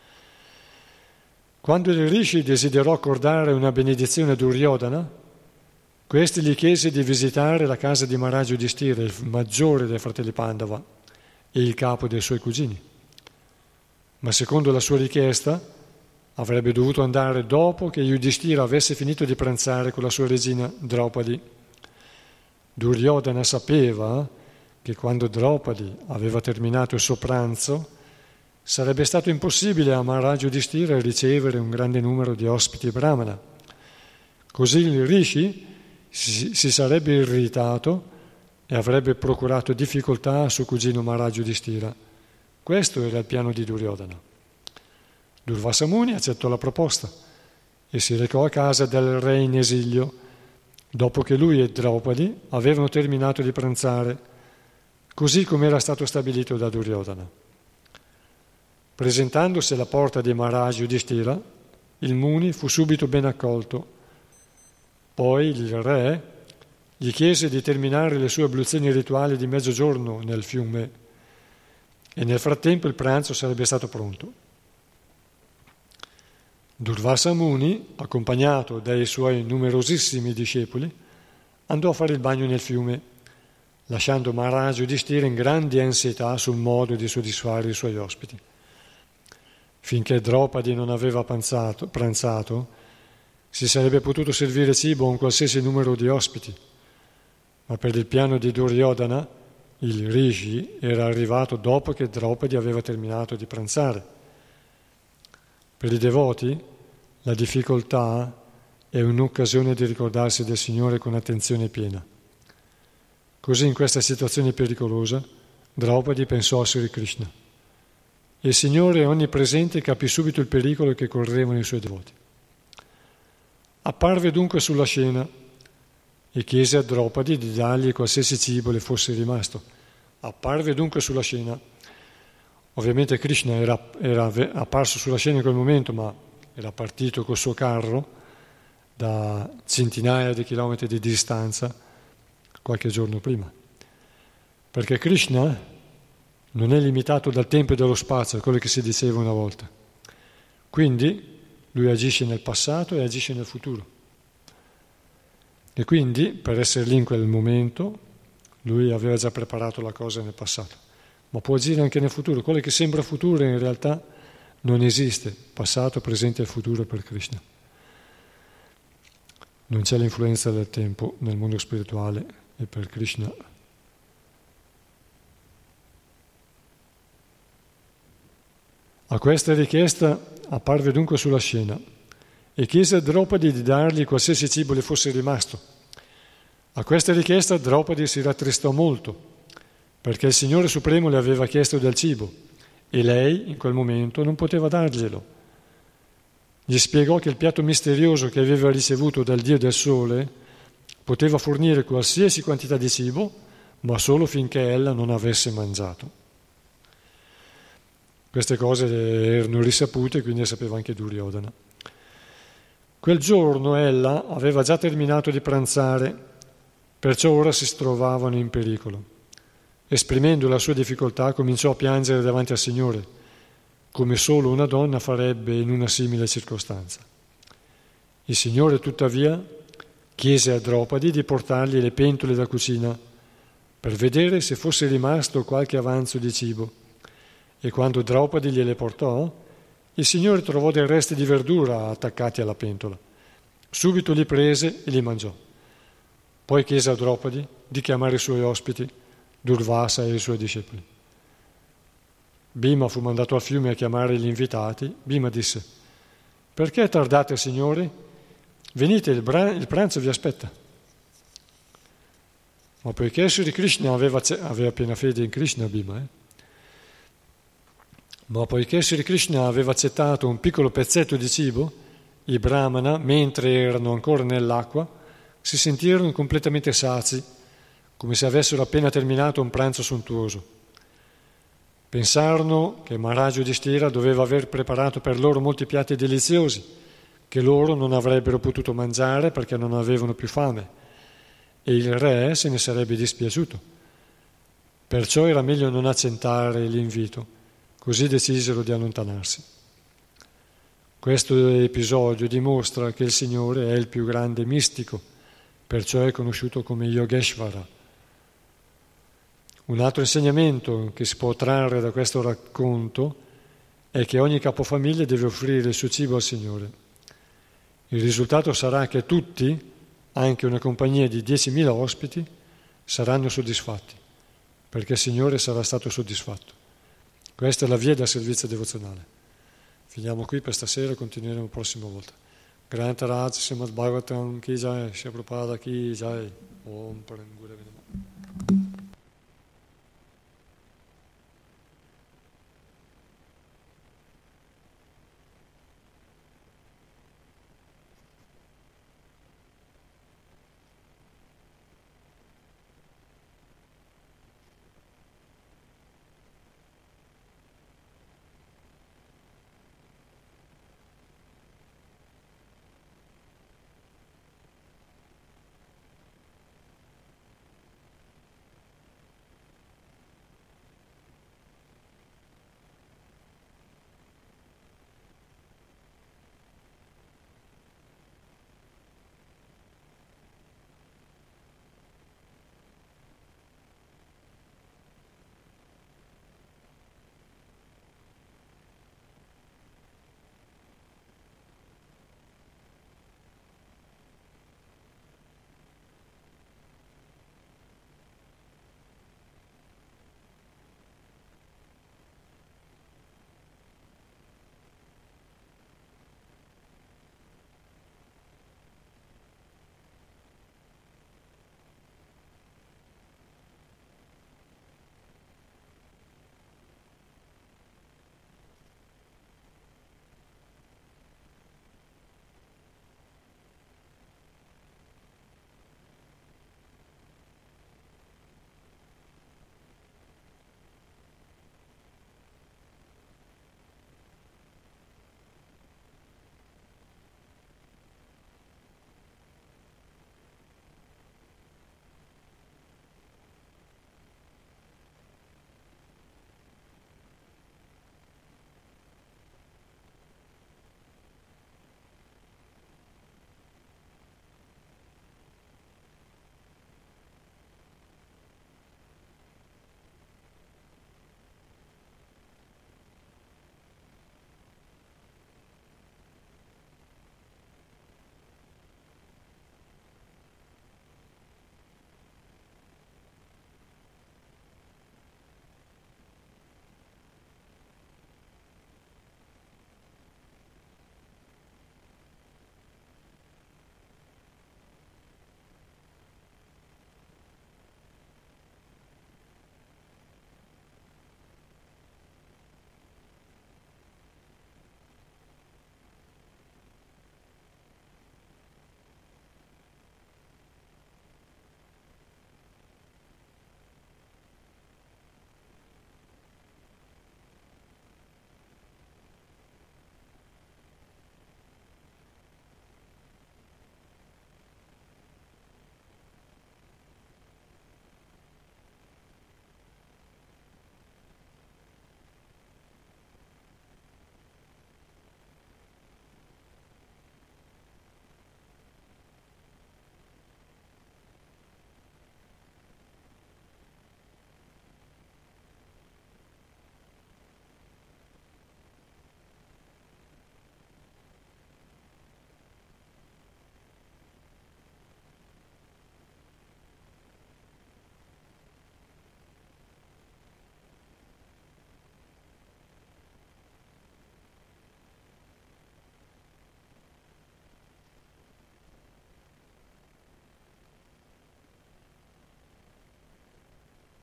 Quando il Rishi desiderò accordare una benedizione a Duryodhana, questi gli chiese di visitare la casa di Maharaj Yudhishthira, il maggiore dei fratelli Pandava e il capo dei suoi cugini. Ma secondo la sua richiesta avrebbe dovuto andare dopo che Yudhishthira avesse finito di pranzare con la sua regina Draupadi. Duryodhana sapeva che quando Draupadi aveva terminato il suo pranzo sarebbe stato impossibile a Maharaj Yudhishthira ricevere un grande numero di ospiti brahmana. Così il Rishi si, si sarebbe irritato e avrebbe procurato difficoltà a suo cugino Maharaj Yudhishthira. Questo era il piano di Duryodhana. Durvasa Muni accettò la proposta e si recò a casa del re in esilio, dopo che lui e Draupadi avevano terminato di pranzare, così come era stato stabilito da Duryodhana. Presentandosi alla porta di Maharaj Yudhishthira, il Muni fu subito ben accolto. Poi il re gli chiese di terminare le sue abluzioni rituali di mezzogiorno nel fiume e nel frattempo il pranzo sarebbe stato pronto. Durvasa Muni, accompagnato dai suoi numerosissimi discepoli, andò a fare il bagno nel fiume, lasciando Maharaj Yudhishthira in grandi ansietà sul modo di soddisfare i suoi ospiti. Finché Draupadi non aveva pranzato, pranzato, si sarebbe potuto servire cibo a un qualsiasi numero di ospiti, ma per il piano di Duryodhana il Rishi era arrivato dopo che Draupadi aveva terminato di pranzare. Per i devoti la difficoltà è un'occasione di ricordarsi del Signore con attenzione piena. Così in questa situazione pericolosa Draupadi pensò a Sri Krishna. Il Signore onnipresente capì subito il pericolo che correvano i suoi devoti. Apparve dunque sulla scena e chiese a Draupadi di dargli qualsiasi cibo le fosse rimasto. Apparve dunque sulla scena. Ovviamente Krishna era, era apparso sulla scena in quel momento, ma era partito col suo carro da centinaia di chilometri di distanza qualche giorno prima. Perché Krishna non è limitato dal tempo e dallo spazio, è quello che si diceva una volta. Quindi lui agisce nel passato e agisce nel futuro. E quindi, per essere lì in quel momento, lui aveva già preparato la cosa nel passato. ma può agire anche nel futuro. Quello che sembra futuro in realtà non esiste, passato, presente e futuro per Krishna. Non c'è l'influenza del tempo nel mondo spirituale e per Krishna. A questa richiesta apparve dunque sulla scena e chiese a Draupadi di dargli qualsiasi cibo le fosse rimasto. A questa richiesta Draupadi si rattristò molto, perché il Signore Supremo le aveva chiesto del cibo e lei in quel momento non poteva darglielo. Gli spiegò che il piatto misterioso che aveva ricevuto dal Dio del Sole poteva fornire qualsiasi quantità di cibo, ma solo finché ella non avesse mangiato. Queste cose erano risapute, quindi le sapeva anche Duryodhana. Quel giorno ella aveva già terminato di pranzare, perciò ora si trovavano in pericolo. Esprimendo la sua difficoltà, cominciò a piangere davanti al Signore, come solo una donna farebbe in una simile circostanza. Il Signore, tuttavia, chiese a Draupadi di portargli le pentole da cucina per vedere se fosse rimasto qualche avanzo di cibo. E quando Draupadi gliele portò, il Signore trovò dei resti di verdura attaccati alla pentola. Subito li prese e li mangiò. Poi chiese a Draupadi di chiamare i suoi ospiti, Durvasa e i suoi discepoli. Bhima fu mandato al fiume a chiamare gli invitati. Bhima disse: «Perché tardate, signori? Venite, il, bra- il pranzo vi aspetta». Ma poiché Sri Krishna aveva, aveva piena fede in Krishna, Bhima, eh? Ma poiché Sri Krishna aveva accettato un piccolo pezzetto di cibo, i brahmana, mentre erano ancora nell'acqua, si sentirono completamente sazi, come se avessero appena terminato un pranzo sontuoso. Pensarono che Maharaj Yudhishthira doveva aver preparato per loro molti piatti deliziosi, che loro non avrebbero potuto mangiare perché non avevano più fame, e il re se ne sarebbe dispiaciuto. Perciò era meglio non accettare l'invito. Così decisero di allontanarsi. Questo episodio dimostra che il Signore è il più grande mistico, perciò è conosciuto come Yogeshvara. Un altro insegnamento che si può trarre da questo racconto è che ogni capofamiglia deve offrire il suo cibo al Signore. Il risultato sarà che tutti, anche una compagnia di diecimila ospiti, saranno soddisfatti, perché il Signore sarà stato soddisfatto. Questa è la via del servizio devozionale. Finiamo qui per stasera e continueremo la prossima volta. Grantaraj Srimad Bhagavatam ki jai, Shri Prabhupada ki jai. Om Param Gurave Namaha.